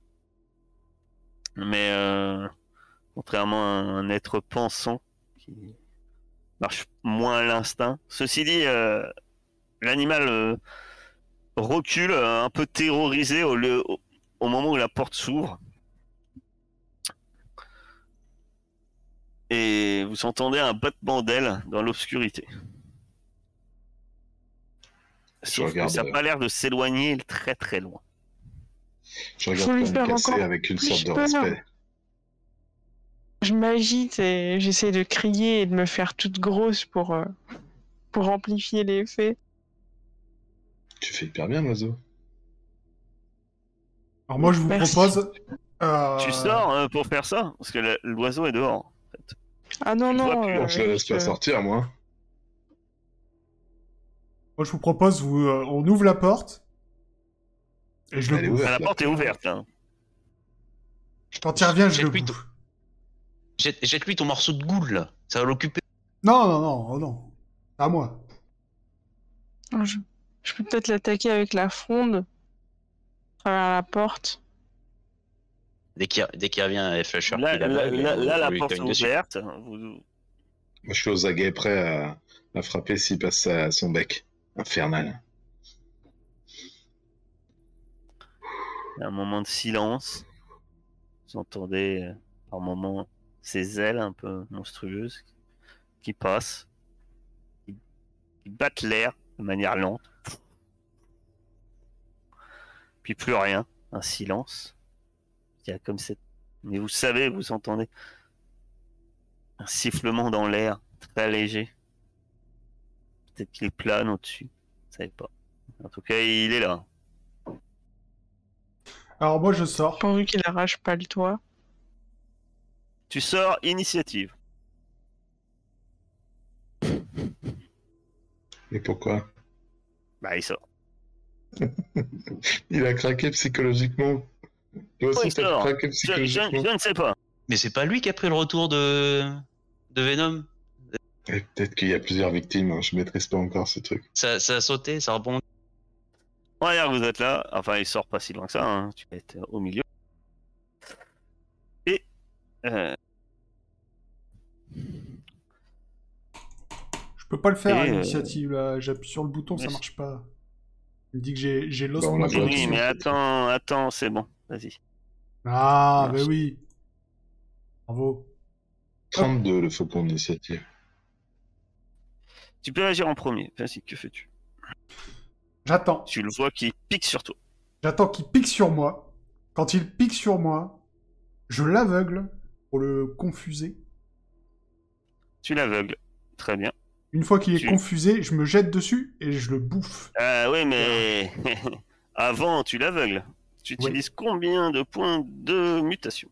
Mais contrairement à un être pensant qui marche moins à l'instinct. Ceci dit, l'animal recule un peu terrorisé au moment où la porte s'ouvre. Et vous entendez un battement d'ailes dans l'obscurité. Sauf que regarde, ça n'a pas l'air de s'éloigner très très loin. Je Faut regarde lui quand faire même Cassé encore avec une plus sorte de peur. respect. Je m'agite et j'essaie de crier et de me faire toute grosse pour amplifier l'effet. Tu fais hyper bien, l'oiseau. Alors moi, je vous Merci. propose... Tu sors pour faire ça, parce que l'oiseau est dehors. En fait. Ah non, Tu vois non. plus. Bon, je le laisse pas sortir, moi. Moi, je vous propose, on ouvre la porte, et je le Elle est bouffe. ouverte. La porte est ouverte. Hein. Quand il revient, je le Jette-lui bouffe. Jette-lui ton morceau de goule, là. Ça va l'occuper. Non, non, non, oh non. À moi. Je peux peut-être l'attaquer avec la fronde à travers la porte. Dès qu'il revient, avec Flasher Là, qui l'aveugle, la on lui porte est cogne dessus. ouverte. Moi, je suis aux aguets prêt à frapper s'il passe à son bec. Infernal. Il y a un moment de silence. Vous entendez par moments ces ailes un peu monstrueuses qui passent, qui battent l'air de manière lente. Puis plus rien, un silence. Il y a comme cette... Mais vous savez, vous entendez un sifflement dans l'air, très léger. Peut-être qu'il plane au-dessus, vous savez pas. En tout cas, il est là. Alors moi, je sors. Pourvu qu'il arrache pas le toit. Tu sors, initiative. Et pourquoi? Bah, il sort. Il a craqué psychologiquement. L'oiseau il t'a sort. craqué Je psychologiquement. ne sais pas. Mais c'est pas lui qui a pris le retour de Venom. Et peut-être qu'il y a plusieurs victimes, hein. Je maîtrise pas encore ce truc. Ça a sauté, ça rebondit. Regarde, vous êtes là. Enfin, il sort pas si loin que ça. Hein. Tu vas être au milieu. Et Je peux pas le faire Et, à l'initiative, là. J'appuie sur le bouton, ça mais marche pas. Il me dit que j'ai l'os Bah, on pour l'a appuyer pas oui, dessus. mais attends, c'est bon. Vas-y. Ah, Merci. bah oui. Bravo. 32, le faucon d'initiative. Tu peux agir en premier. Vas-y, que fais-tu? J'attends. Tu le vois qui pique sur toi. J'attends qu'il pique sur moi. Quand il pique sur moi, je l'aveugle pour le confuser. Tu l'aveugles. Très bien. Une fois qu'il est Tu- confusé, je me jette dessus et je le bouffe. Oui, mais avant, tu l'aveugles. Tu Oui. utilises combien de points de mutation?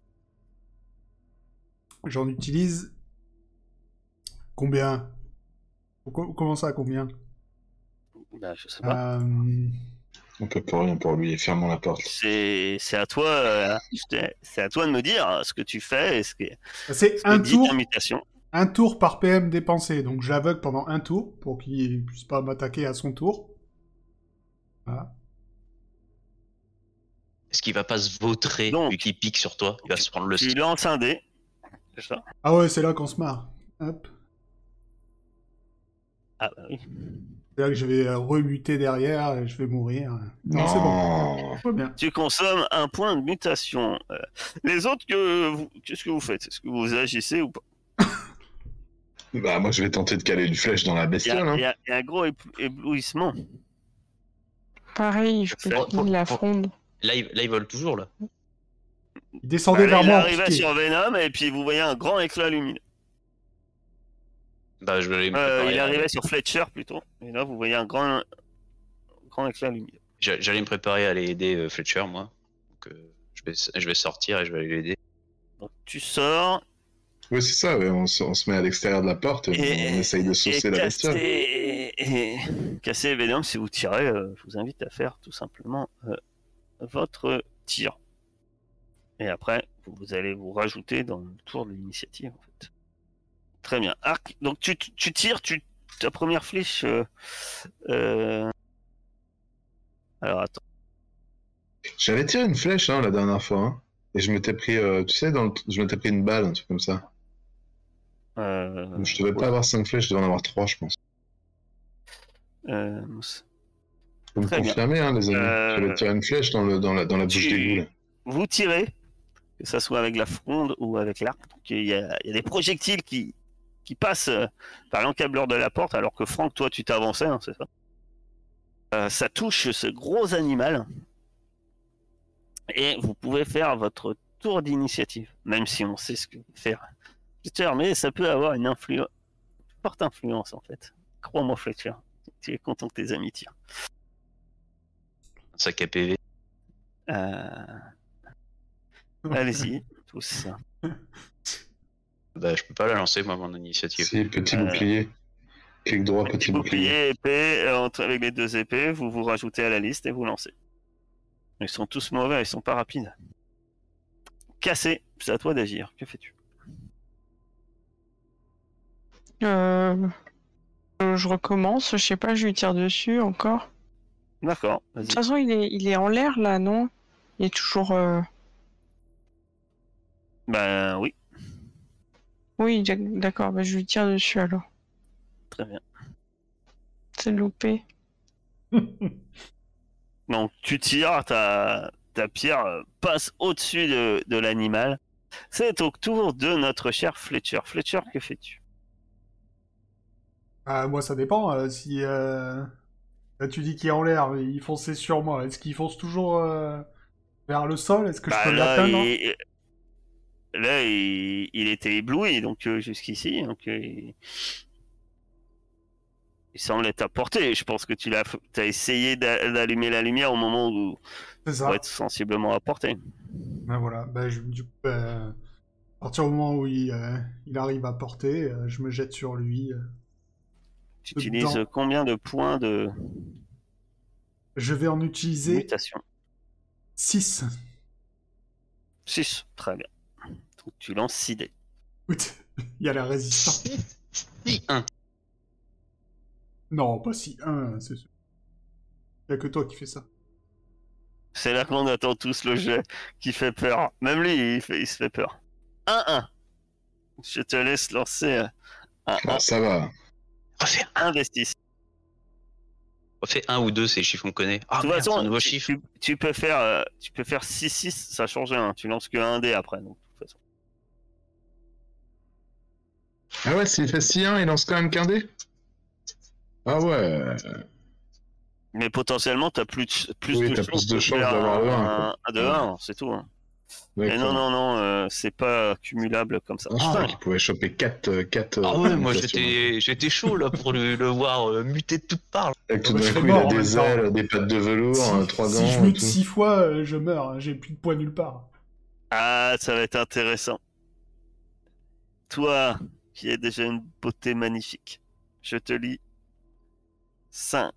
J'en utilise... Combien? Comment ça, combien? Bah, je sais pas. On peut pas rien pour lui. Fermons la porte. C'est à toi. C'est à toi de me dire ce que tu fais et ce que C'est un dit tour, ta mutation. un tour par PM dépensé. Donc je l'aveugle pendant un tour pour qu'il puisse pas m'attaquer à son tour. Ah. Est-ce qu'il va pas se vautrer Donc, vu qu'il pique sur toi? Il va se prendre le Tu lances un dé. C'est ça? Ah ouais, c'est là qu'on se marre. Hop. Ah bah oui. C'est là que je vais remuter derrière et je vais mourir. Non, c'est bon. Tout va bien. Tu consommes un point de mutation. Les autres, qu'est-ce que vous faites? Est-ce que vous agissez ou pas? Bah, moi, je vais tenter de caler une flèche dans la Il y bestiole. Hein. a un gros éblouissement. Pareil, je peux Pour- utiliser la pour- fronde. Là, il vole toujours, là. Il descendait vers Il moi en arrivait piqué. sur Venom et puis vous voyez un grand éclat lumineux. Bah, je vais me préparer. Il arrivait sur Fletcher plutôt. Et là, vous voyez un grand éclat lumineux. J'allais me préparer à aller aider Fletcher, moi. Donc, je vais sortir et je vais aller l'aider. Donc tu sors Oui, c'est ça, ouais. On se met à l'extérieur de la porte et on essaye de saucer la bestiole. Casser Venom, si vous tirez, je vous invite à faire tout simplement votre tir. Et après, vous allez vous rajouter dans le tour de l'initiative, en fait. Très bien. Arc. Donc tu tires, ta première flèche. Alors attends. J'avais tiré une flèche la dernière fois. Hein. Et je m'étais pris, tu sais, je m'étais pris une balle, un truc comme ça. Donc, je devais pas avoir 5 flèches, je devais en avoir 3, je pense. Vous me Très bien. confirmez, hein, les amis. J'avais tiré une flèche dans la bouche d'égout. Là. Vous tirez, que ça soit avec la fronde ou avec l'arc. Donc, il y a des projectiles qui passent par l'encablure de la porte, alors que Franck, toi, tu t'avançais, hein, c'est ça. Ça touche ce gros animal. Et vous pouvez faire votre tour d'initiative, même si on sait ce que faire. Fletcher, mais ça peut avoir une forte influence, en fait. Crois-moi, Fletcher. Tu es content que tes amis tirent. Un sac à PV. Allez-y, tous. Bah, je peux pas la lancer, moi, mon initiative. Si, petit bouclier. Clic droit, petit bouclier. Épée, avec les 2 épées, vous rajoutez à la liste et vous lancez. Ils sont tous mauvais, ils sont pas rapides. Cassé, c'est à toi d'agir. Que fais-tu? Je recommence, je sais pas, je lui tire dessus encore. D'accord, De toute vas-y. façon, il est en l'air là, non? Il est toujours. Ben oui, Oui, d'accord, bah, je lui tire dessus alors. très bien. C'est loupé. Donc tu tires, ta pierre passe au-dessus de l'animal. C'est au tour de notre cher Fletcher. Fletcher, que fais-tu? Moi, ça dépend. Si là, tu dis qu'il est en l'air, mais il fonçait sur moi. Est-ce qu'il fonce toujours vers le sol? Est-ce que je peux l'atteindre? Là, il était ébloui, donc jusqu'ici. Donc, il semble être à portée. Je pense que tu as essayé d'allumer la lumière au moment où C'est ça. pour être sensiblement à portée. Ben voilà. Du coup, à partir du moment où il arrive à portée, je me jette sur lui. Tu utilises combien de points de Je vais en utiliser mutation? 6. 6, très bien. Donc tu lances 6 dés. Écoute, il y a la résistance. Si, 1. Non, pas si 1, c'est sûr. Il n'y a que toi qui fais ça. C'est là qu'on attend tous le jet qui fait peur. Même lui, il se fait peur. 1-1. Je te laisse lancer un Ah, ça va. Refais 1 des 6. Refais 1 ou 2, c'est les chiffres qu'on connaît. Ah, De toute merde, c'est un façon, nouveau chiffre. tu peux faire 6-6, ça change rien. Tu lances que 1 dé après. Donc, de toute façon. Ah ouais, s'il fait 6-1, il lance quand même qu'un dé. Ah ouais. Mais potentiellement, tu as plus Oui, de t'as chances plus de de chances faire d'avoir le 1. un de 1, c'est tout. Hein. Mais non, c'est pas cumulable comme ça. Ah, je croyais qu'il pouvait choper 4. Ah ouais, moi j'étais chaud là pour le voir muter de toutes parts. Et tout Moi, je d'un serais coup, il mort a en même des temps. ailes, des pattes de velours, 3 gants. Si je et mute tout. 6 fois, je meurs. Hein. J'ai plus de poids nulle part. Ah, ça va être intéressant. Toi, qui es déjà une beauté magnifique, je te lis 5.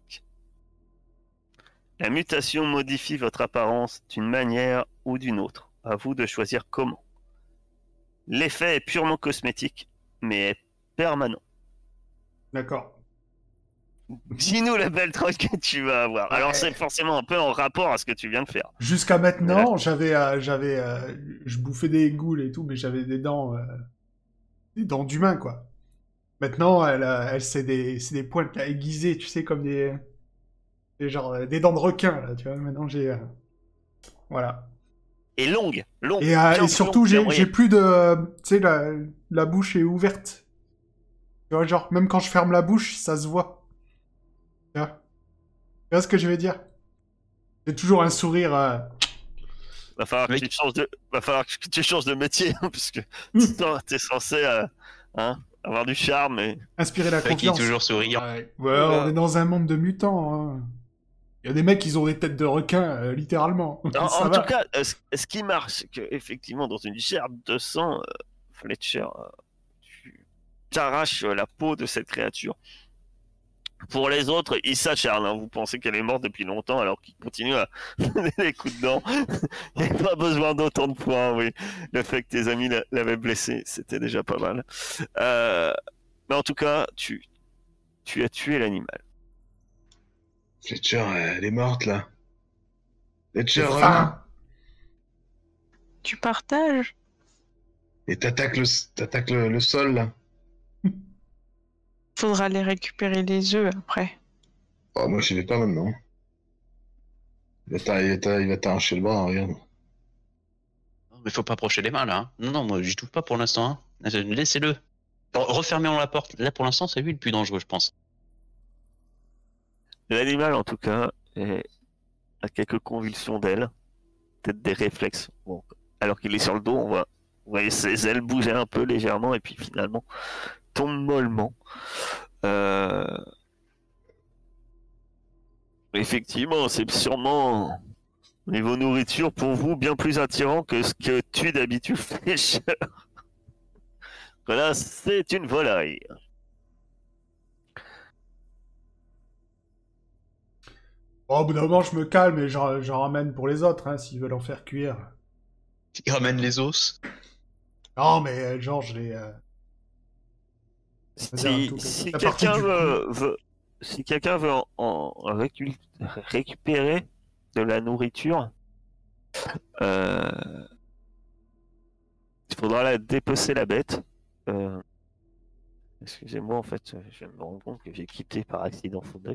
La mutation modifie votre apparence d'une manière ou d'une autre. À vous de choisir comment. L'effet est purement cosmétique, mais est permanent. D'accord. Dis-nous la belle trotte que tu vas avoir. Alors, c'est forcément un peu en rapport à ce que tu viens de faire. Jusqu'à maintenant, je bouffais des goules et tout, mais j'avais des dents d'humain, quoi. Maintenant, c'est des pointes là, aiguisées, tu sais, comme des dents de requin, là, tu vois. Maintenant, voilà. Et longue. Et surtout, j'ai plus de, tu sais, la bouche est ouverte. Tu vois, genre, même quand je ferme la bouche, ça se voit. Tu vois ce que je veux dire? J'ai toujours un sourire. Va falloir que tu changes de métier, parce que t'es censé avoir du charme. Et... inspirer la Qui est confiance. toujours souriant. Ouais, on est dans un monde de mutants. Hein. Il y a des mecs qui ont des têtes de requin, littéralement. En tout cas, ce qui marche, c'est qu'effectivement, dans une gerbe de sang, Fletcher, tu t'arraches la peau de cette créature. Pour les autres, ils s'acharnent. Hein. Vous pensez qu'elle est morte depuis longtemps alors qu'ils continuent à donner des coups de dents. Il n'y a pas besoin d'autant de points, oui. Le fait que tes amis l'avaient blessé, c'était déjà pas mal. Mais en tout cas, tu as tué l'animal. Fletcher, elle est morte, là. Fletcher, Enfin. Tu partages? Et t'attaques le sol, là. Faudra les récupérer les œufs après. Oh, moi, j'y vais pas maintenant. Il va t'arracher le bras, regarde. Non, mais faut pas approcher les mains, là. Hein. Non, moi, j'y touche pas pour l'instant. Hein. Laissez-le. Refermez la porte. Là, pour l'instant, c'est lui le plus dangereux, je pense. L'animal, en tout cas, a quelques convulsions d'ailes, peut-être des réflexes. Bon, alors qu'il est sur le dos, on voit ses ailes bouger un peu légèrement et puis finalement tombe mollement. Effectivement, c'est sûrement niveau nourriture pour vous bien plus attirant que ce que tue d'habitude Fletcher. Voilà, c'est une volaille. Bon, au bout d'un moment, je me calme et j'en ramène pour les autres, hein, s'ils veulent en faire cuire. Il ramène les os. Non, mais genre, je les... Si quelqu'un veut en récupérer de la nourriture, il faudra dépecer la bête. Excusez-moi, en fait, je me rends compte que j'ai quitté par accident Faudrey.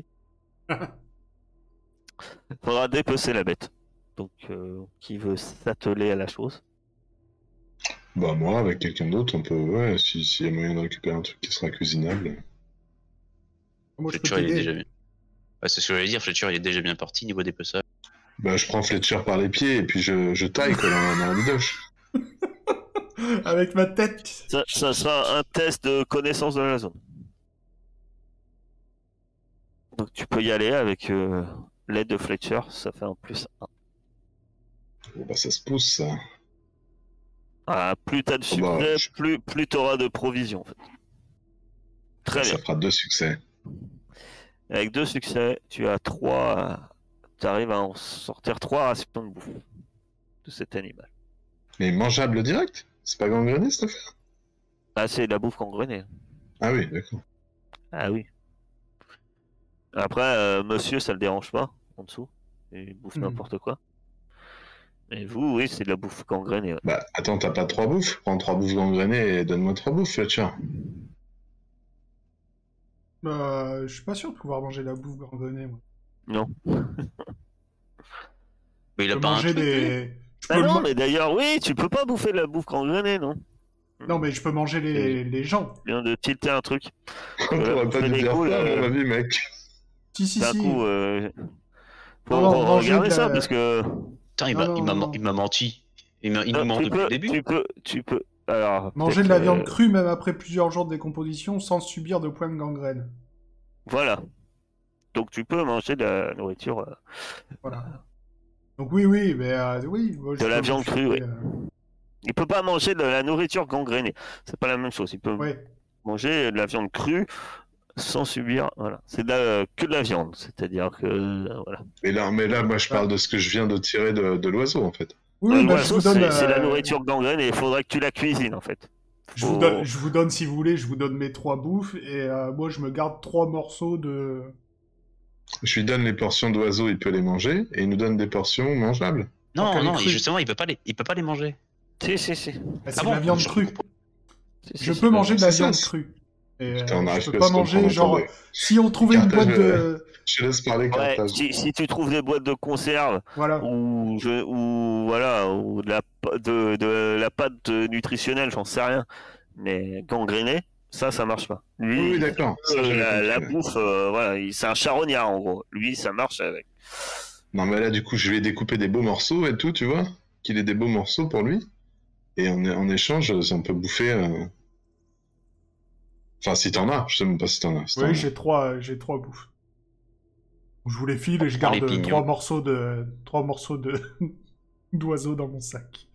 Il faudra dépecer la bête. Donc, qui veut s'atteler à la chose? Bah, moi, avec quelqu'un d'autre, on peut... Ouais, s'il y a moyen de récupérer un truc qui sera cuisinable. Moi, je peux Fletcher, il est t'aider. déjà bien. Ouais, c'est ce que j'allais dire. Fletcher, il est déjà bien parti niveau dépeçage. Bah, je prends Fletcher par les pieds et puis je taille, quoi, dans la bidoche. Avec ma tête. Ça sera un test de connaissance de la zone. Donc, tu peux y aller avec l'aide de Fletcher, ça fait un +1. Bon, bah, ça se pousse, ça. Ah, plus t'as de succès, bah, plus t'auras de provisions, en fait. Très bien. Ça fera 2 succès. Avec 2 succès, tu as 3... Tu arrives à en sortir 3 rations de bouffe de cet animal. Mais mangeable direct? C'est pas gangréné, cette affaire? Ah, c'est de la bouffe gangrénée. Ah oui, d'accord. Ah oui. Après, monsieur, ça le dérange pas, en dessous. Il bouffe n'importe quoi. Et vous, oui, c'est de la bouffe gangrénée. Ouais. Bah, attends, t'as pas 3 bouffes? Prends 3 bouffes gangrénées et donne-moi 3 bouffes, Fletcher. Je suis pas sûr de pouvoir manger la bouffe gangrenée, moi. Non. Mais il a Je peux pas un manger truc, lui des... Ah non, mais d'ailleurs, oui, tu peux pas bouffer de la bouffe gangrénée, non? Non, mais je peux manger les gens. Je viens de tilter un truc. On pourrait pas lui dire ça, à mon avis, mec. Si. D'un coup, faut Non, manger regarder de ça, la- parce que... Putain, il m'a menti. Il nous ment depuis le début. Tu peux... Alors, Manger de la viande crue, même après plusieurs jours de décomposition, sans subir de points de gangrène. Voilà. Donc tu peux manger de la nourriture... Voilà. Donc oui, mais oui. Moi, De la viande crue, oui. ouais. Il peut pas manger de la nourriture gangrénée. C'est pas la même chose. Il peut manger de la viande crue sans subir. Voilà. C'est que de la viande. C'est-à-dire que... voilà. Mais là, moi, je parle de ce que je viens de tirer de l'oiseau, en fait. Oui, bah, je L'oiseau, vous donne... c'est la nourriture gangrénée. Il faudrait que tu la cuisines, en fait. Je vous donne, si vous voulez, je vous donne mes 3 bouffes, et moi, je me garde 3 morceaux de Je lui donne les portions d'oiseaux, il peut les manger, et il nous donne des portions mangeables. Donc, elle est Non, crue. justement, il peut pas les manger. Si. Bah, c'est Ah de la bon viande Je crue. comprends. Je peux manger de la c'est ça, viande c'est- crue. Et Putain, on je arrive peux plus à pas se manger, comprendre, genre, attendez. si on trouvait une Carthage, boîte de... Je te laisse parler, Ouais, Carthage. si tu trouves des boîtes de conserve Voilà. ou de la pâte nutritionnelle, j'en sais rien, mais gangrénée, ça marche pas. Lui, Oui, d'accord, ça j'avais la compris. Ouais. bouffe, voilà, c'est un charognard en gros. Lui, ça marche avec. Non, mais là, du coup, je vais découper des beaux morceaux et tout, tu vois, qu'il ait des beaux morceaux pour lui. Et en échange, on peut bouffer. Enfin, si t'en as, je sais même pas si t'en as. Si t'en Oui, as. j'ai trois bouffes. Je vous les file et je Prends les garde pignons. trois morceaux de d'oiseaux dans mon sac.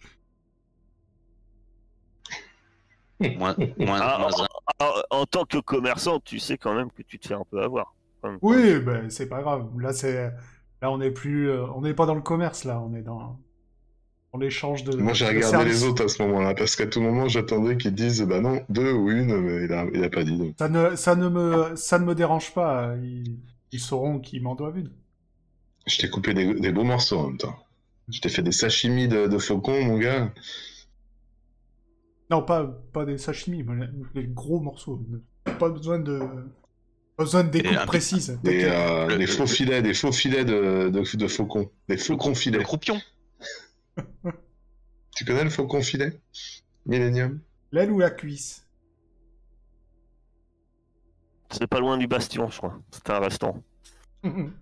Moins Ah, un. en tant que commerçant, tu sais quand même que tu te fais un peu avoir. Quand même. Oui, ben c'est pas grave. Là on n'est plus, on n'est pas dans le commerce là, on est dans l'échange Moi, j'ai de regardé les services. autres à ce moment-là, parce qu'à tout moment, j'attendais qu'ils disent, bah non, 2 ou une, mais il a pas dit. Donc. Ça ne me dérange pas. Ils sauront qu'ils m'en doivent une. Je t'ai coupé des beaux morceaux en même temps. Je t'ai fait des sashimi de faucon, mon gars. Non, pas des sashimi, mais les gros morceaux. Pas besoin de découpes un- précises. Des, T'inquiète. des faux filets, de faucon. Des faucons Le filets. croupion. Tu connais le faucon filet Millennium. L'aile ou la cuisse? C'est pas loin du Bastion, je crois. C'était un restaurant. Mhm.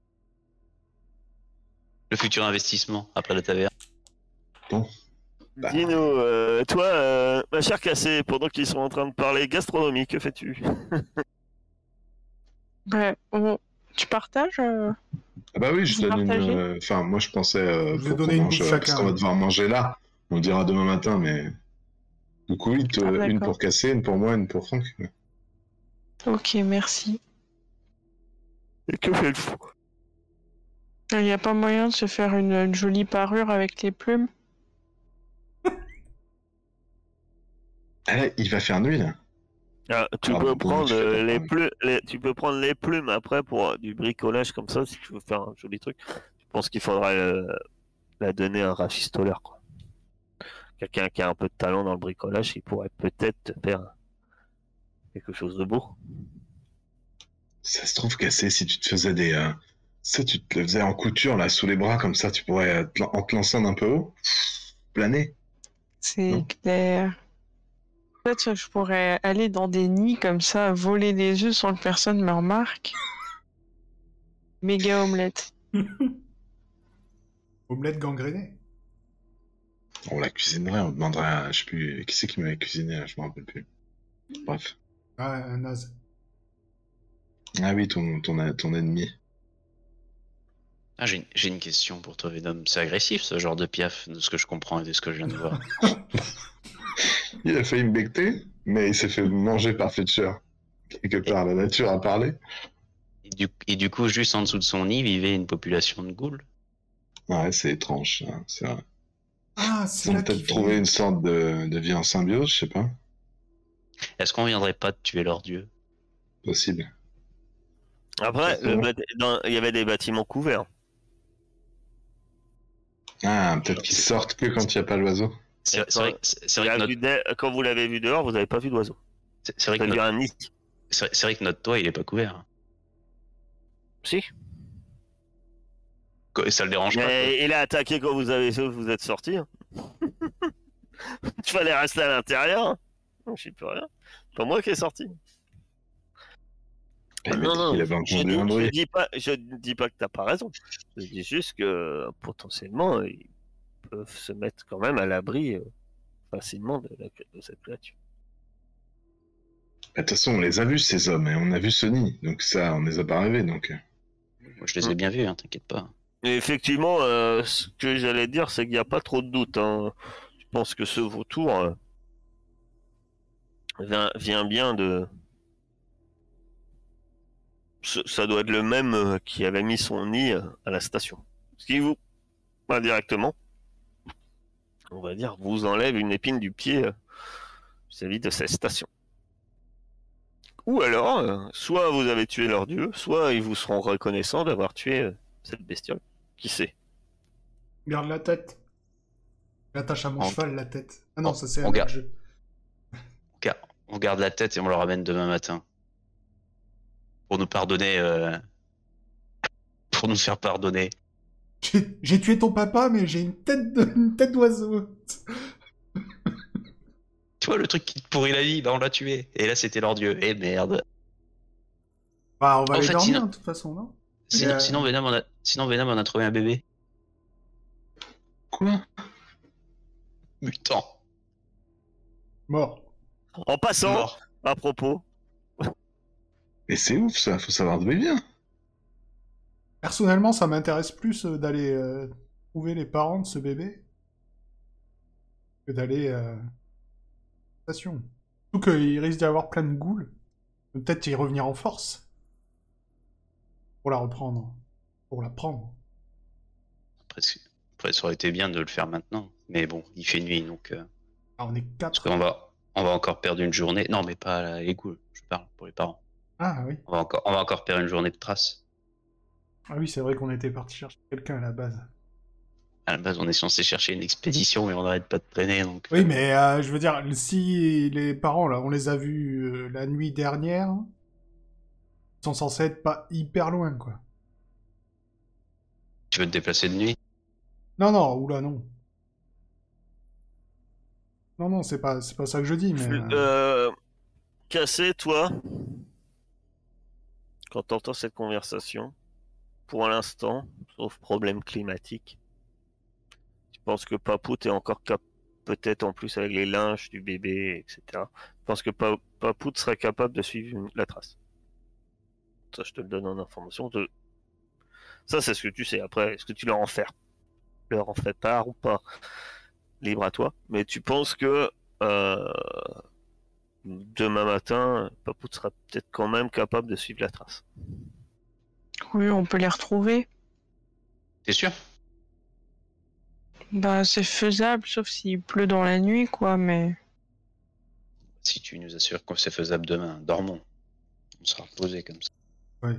Le futur investissement après la taverne. Bah. Dis-nous, toi, ma chère Cassé, pendant qu'ils sont en train de parler gastronomie, que fais-tu? Ouais, tu partages Ah bah oui, je Vous donne une. partagez Enfin, moi je pensais Je vous ai pour donné qu'on une mange, bouffe parce chacun. qu'on va devoir manger là. On dira demain matin, mais. Du coup, oui, Ah, une d'accord. pour Cassé, une pour moi, une pour Franck. Ok, merci. Et que fait le fou? Il n'y a pas moyen de se faire une jolie parure avec les plumes? Ah là, il va faire nuit là. Ah, tu Ah, peux bon, prendre tu fais pas les pareil. plumes, tu peux prendre les plumes après pour du bricolage comme ça, si tu veux faire un joli truc. Je pense qu'il faudra la donner à un rafistoleur, quoi. Quelqu'un qui a un peu de talent dans le bricolage, il pourrait peut-être te faire quelque chose de beau. Ça se trouve, Cassé, si tu te faisais des. Ça, tu te le faisais en couture là, sous les bras, comme ça, tu pourrais, en te lançant d'un peu haut, planer. C'est Non. clair. Peut-être que je pourrais aller dans des nids comme ça, voler des œufs sans que personne me remarque. Méga omelette. Omelette gangrénée. On la cuisinerait, on demanderait à. Je sais plus. Qui c'est qui m'avait cuisiné là, je me rappelle plus. Bref. Ah, un naze. Ah oui, ton ennemi. Ah, j'ai une question pour toi, Venom. C'est agressif ce genre de piaf, de ce que je comprends et de ce que je viens de voir. Il a failli me becter, mais il s'est fait manger par Fletcher. Quelque part, la nature a parlé. Et du coup, juste en dessous de son nid vivait une population de ghouls. Ouais, c'est étrange, hein, c'est vrai. Ah, Ils c'est ont là peut-être qu'il trouvé vit. une sorte de vie en symbiose, je sais pas. Est-ce qu'on viendrait pas de tuer leur dieu? Possible. Après, Exactement. il y avait des bâtiments couverts. Ah, peut-être qu'ils sortent que quand il n'y a pas l'oiseau. C'est vrai que notre, Quand vous l'avez vu dehors, vous n'avez pas vu d'oiseau. c'est vrai que C'est-à-dire notre, un nid. c'est vrai que notre toit, il est pas couvert. Si. Ça le dérange pas. quoi. Mais il a attaqué quand vous êtes sorti. Il fallait rester à l'intérieur. Hein. Je sais plus rien. C'est pas moi qui est sorti. Il m'a Non, dit non, qu'il avait entendu un bruit. je dis pas que t'as pas raison. Je dis juste que potentiellement, ils peuvent se mettre quand même à l'abri facilement de cette créature. De toute façon, on les a vus, ces hommes, et on a vu ce nid. Donc ça, on les a pas rêvés, donc... Moi, je les ai bien vus, hein, t'inquiète pas. Et effectivement, ce que j'allais dire, c'est qu'il n'y a pas trop de doute. Hein. Je pense que ce vautour vient bien de... Ça doit être le même qui avait mis son nid à la station. Ce qui vous, indirectement, on va dire, vous enlève une épine du pied vis-à-vis de cette station. Ou alors, soit vous avez tué leur dieu, soit ils vous seront reconnaissants d'avoir tué cette bestiole. Qui sait? Garde la tête. J'attache à mon On- cheval la tête. Ah non, on- ça c'est on un autre garde- jeu. On garde la tête et on le ramène demain matin. Pour nous pardonner. Pour nous faire pardonner. J'ai tué ton papa, mais j'ai une tête d'oiseau. Tu vois le truc qui te pourrit la vie, bah on l'a tué. Et là c'était leur dieu. Et merde. Bah, on va En aller fait, dormir, sinon- de toute façon, non? Sinon, Venom on a trouvé un bébé. Quoi? Mutant. Mort. En passant, Mort. à propos, Mais c'est ouf ça, faut savoir d'où il vient. Personnellement, ça m'intéresse plus d'aller trouver les parents de ce bébé que d'aller à la station. Surtout qu'il risque d'y avoir plein de ghouls. Peut-être y revenir en force. Pour la reprendre. Pour la prendre. Après, ça aurait été bien de le faire maintenant. Mais bon, il fait nuit donc. Ah, on est Parce 4. on va encore perdre une journée. Non, mais pas les ghouls, je parle pour les parents. Ah oui. On va encore perdre une journée de traces. Ah oui, c'est vrai qu'on était parti chercher quelqu'un à la base. À la base, on est censé chercher une expédition, mais on n'arrête pas de traîner. Donc... Oui, mais je veux dire, si les parents, là, on les a vus la nuit dernière, ils sont censés être pas hyper loin, quoi. Tu veux te déplacer de nuit? Non, non, oula, non. Non, non, c'est pas ça que je dis, mais... Cassé, toi, quand t'entends cette conversation, pour l'instant, sauf problème climatique, tu penses que Papout est encore peut-être en plus avec les linges du bébé, etc. Je pense que Papout serait capable de suivre la trace. Ça, je te le donne en information. Ça, c'est ce que tu sais. Après, est-ce que tu leur en fais part ou pas? Libre à toi. Mais tu penses que demain matin, Papout sera peut-être quand même capable de suivre la trace. Oui, on peut les retrouver. T'es sûr? Bah, c'est faisable, sauf s'il pleut dans la nuit, quoi, mais... Si tu nous assures que c'est faisable demain, dormons. On sera reposé comme ça. Ouais.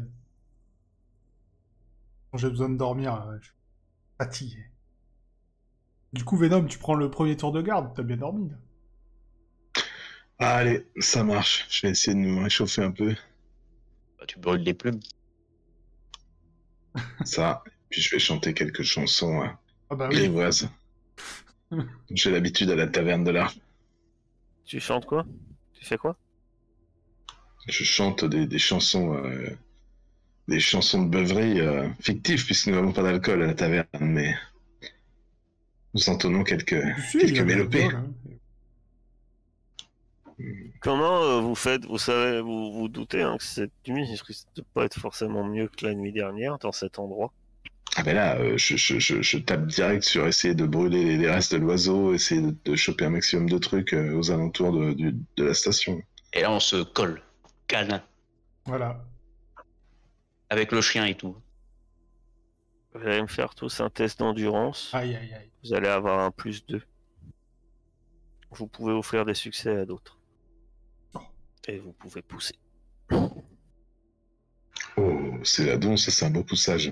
J'ai besoin de dormir, là, je suis fatigué. Du coup, Venom, tu prends le premier tour de garde, t'as bien dormi, là. Allez, ça marche. Je vais essayer de nous réchauffer un peu. Bah, tu brûles les plumes. Ça. Puis je vais chanter quelques chansons Ah bah oui. grivoises. J'ai l'habitude à la taverne de l'art. Tu chantes quoi? Tu fais quoi? Je chante des chansons de beuverie fictives puisque nous n'avons pas d'alcool à la taverne, mais nous entonnons quelques Si, il y a de mélopées. l'alcool, hein. Comment vous faites? Vous savez, vous doutez que cette nuit risque de pas être forcément mieux que la nuit dernière dans cet endroit. Ah ben là, je tape direct sur essayer de brûler les restes de l'oiseau, essayer de choper un maximum de trucs aux alentours de la station. Et là, on se colle. Câlin. Voilà. Avec le chien et tout. Vous allez me faire tous un test d'endurance. Aïe, aïe, aïe. Vous allez avoir un +2. Vous pouvez offrir des succès à d'autres. Et vous pouvez pousser. Oh, c'est la donce, ça c'est un beau poussage.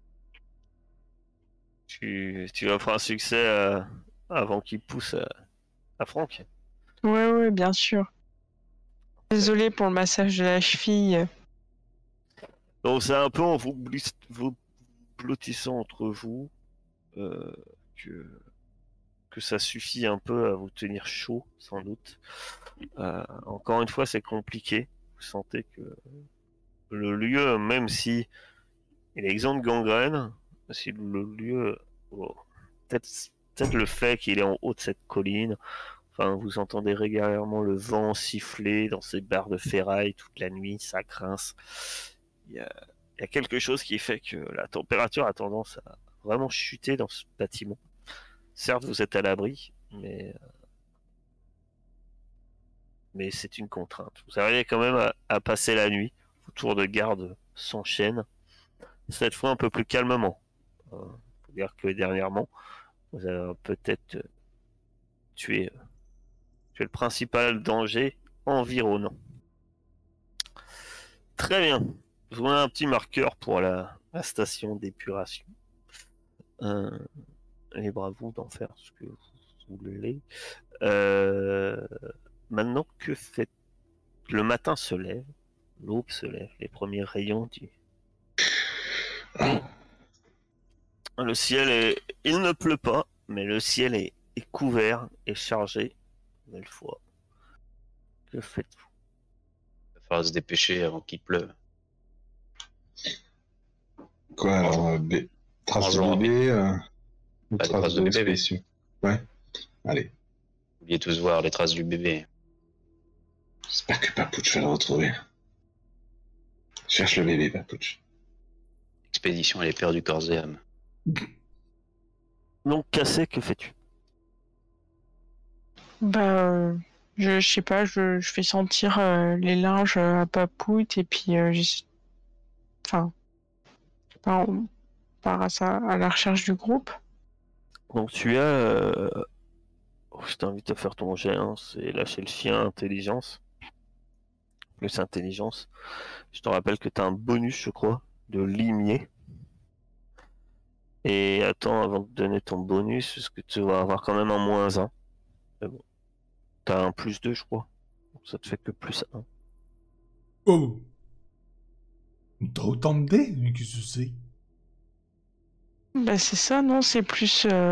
Tu offres un succès avant qu'il pousse à Franck. Ouais, bien sûr. Désolé pour le massage de la cheville. Donc c'est un peu en vous blottissant entre vous que ça suffit un peu à vous tenir chaud, sans doute. Encore une fois, c'est compliqué. Vous sentez que le lieu, même si il est exempt de gangrène, si le lieu, peut-être le fait qu'il est en haut de cette colline, enfin, vous entendez régulièrement le vent siffler dans ces barres de ferraille toute la nuit, ça grince. Il y a quelque chose qui fait que la température a tendance à vraiment chuter dans ce bâtiment. Certes, vous êtes à l'abri, mais c'est une contrainte. Vous arrivez quand même à passer la nuit. Vos tours de garde s'enchaînent. Cette fois un peu plus calmement. Faut dire que dernièrement, vous avez peut-être tué le principal danger environnant. Très bien. Je vous mets un petit marqueur pour la station d'épuration. Libre à vous d'en faire ce que vous voulez. Maintenant que fait... Le matin se lève, l'aube se lève, les premiers rayons du... Et le ciel est... Il ne pleut pas, mais le ciel est couvert et chargé. Nouvelle fois. Que faites-vous? Il va falloir se dépêcher avant qu'il pleuve. Quoi alors traces de Mangeons bébé ou Bah, des traces de bébé, oui. spéciaux. Ouais. Allez. Vous vouliez tous voir les traces du bébé. J'espère que Papouche va le retrouver. Cherche le bébé, Papouche. Expédition à l'épée du corps et âme. Donc, Cassé, que fais-tu? Bah, je sais pas, je fais sentir les linges à Papout et puis enfin, on part à la recherche du groupe. Donc, tu as... Je t'invite à faire ton jet, hein, c'est lâcher le chien, intelligence. Plus intelligence. Je te rappelle que tu as un bonus, je crois, de limier. Et attends, avant de donner ton bonus, parce que tu vas avoir quand même un -1. Mais bon. T'as un +2, je crois. Donc ça te fait que +1. Oh. T'as autant de dés? Mais qu'est-ce que c'est? Bah c'est ça, non, c'est plus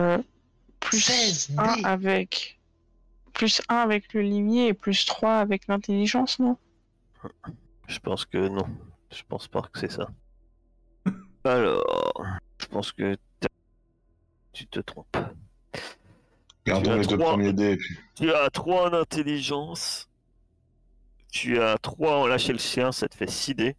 16 1 dés. avec +1 avec le limier et +3 avec l'intelligence, non? Je pense que non. Je pense pas que c'est ça. Alors, je pense que tu te trompes. Gardons les deux premiers dés. Et puis... Tu as 3 en intelligence. Tu as 3 en lâcher le chien, ça te fait 6 dés.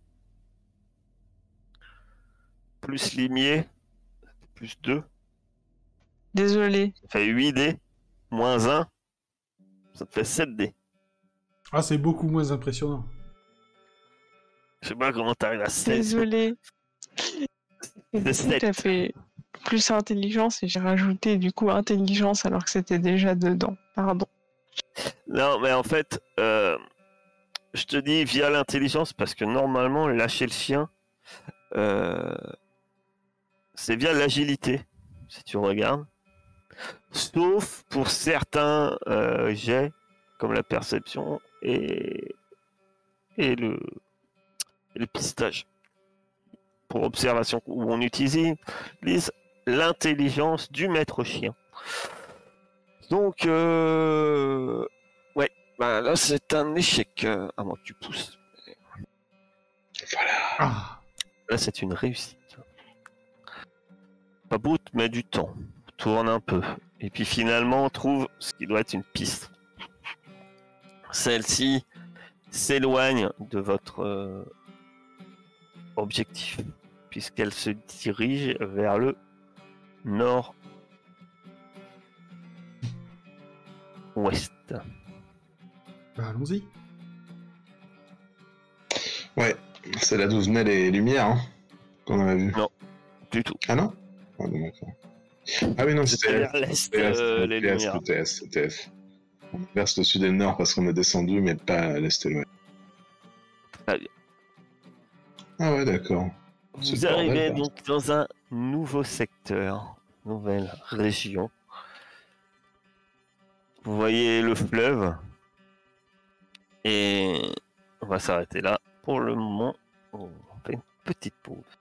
Plus limier, +2. Désolé. Ça fait 8 dés. -1. Ça te fait 7 dés. Ah, c'est beaucoup moins impressionnant. Je sais pas comment t'arrives à 16. Désolé. Et du C'est coup, 7. t'as fait plus intelligence et j'ai rajouté du coup intelligence alors que c'était déjà dedans. Pardon. Non, mais en fait, je te dis via l'intelligence parce que normalement, lâcher le chien, c'est via l'agilité, si tu regardes. Sauf pour certains jets, comme la perception et le pistage. Pour observation, où on utilise l'intelligence du maître chien. Donc, ouais, bah là c'est un échec, à moins que tu pousses. Voilà. Ah. Là c'est une réussite. Papout met du temps, tourne un peu, et puis finalement on trouve ce qui doit être une piste. Celle-ci s'éloigne de votre objectif, puisqu'elle se dirige vers le nord-ouest. Bah, allons-y. Ouais, c'est là d'où venaient les lumières hein, qu'on avait vu. Non, du tout. Ah non? Ah bon, d'accord. Ah oui, non, C'était vers l'est, les lumières. TF. On verse le sud et le nord parce qu'on est descendu, mais pas à l'est et l'ouest. Très bien. Ah ouais, d'accord. Vous C'est le arrivez bordel, donc dans un nouveau secteur, nouvelle région. Vous voyez le fleuve. Et on va s'arrêter là pour le moment. On fait une petite pause.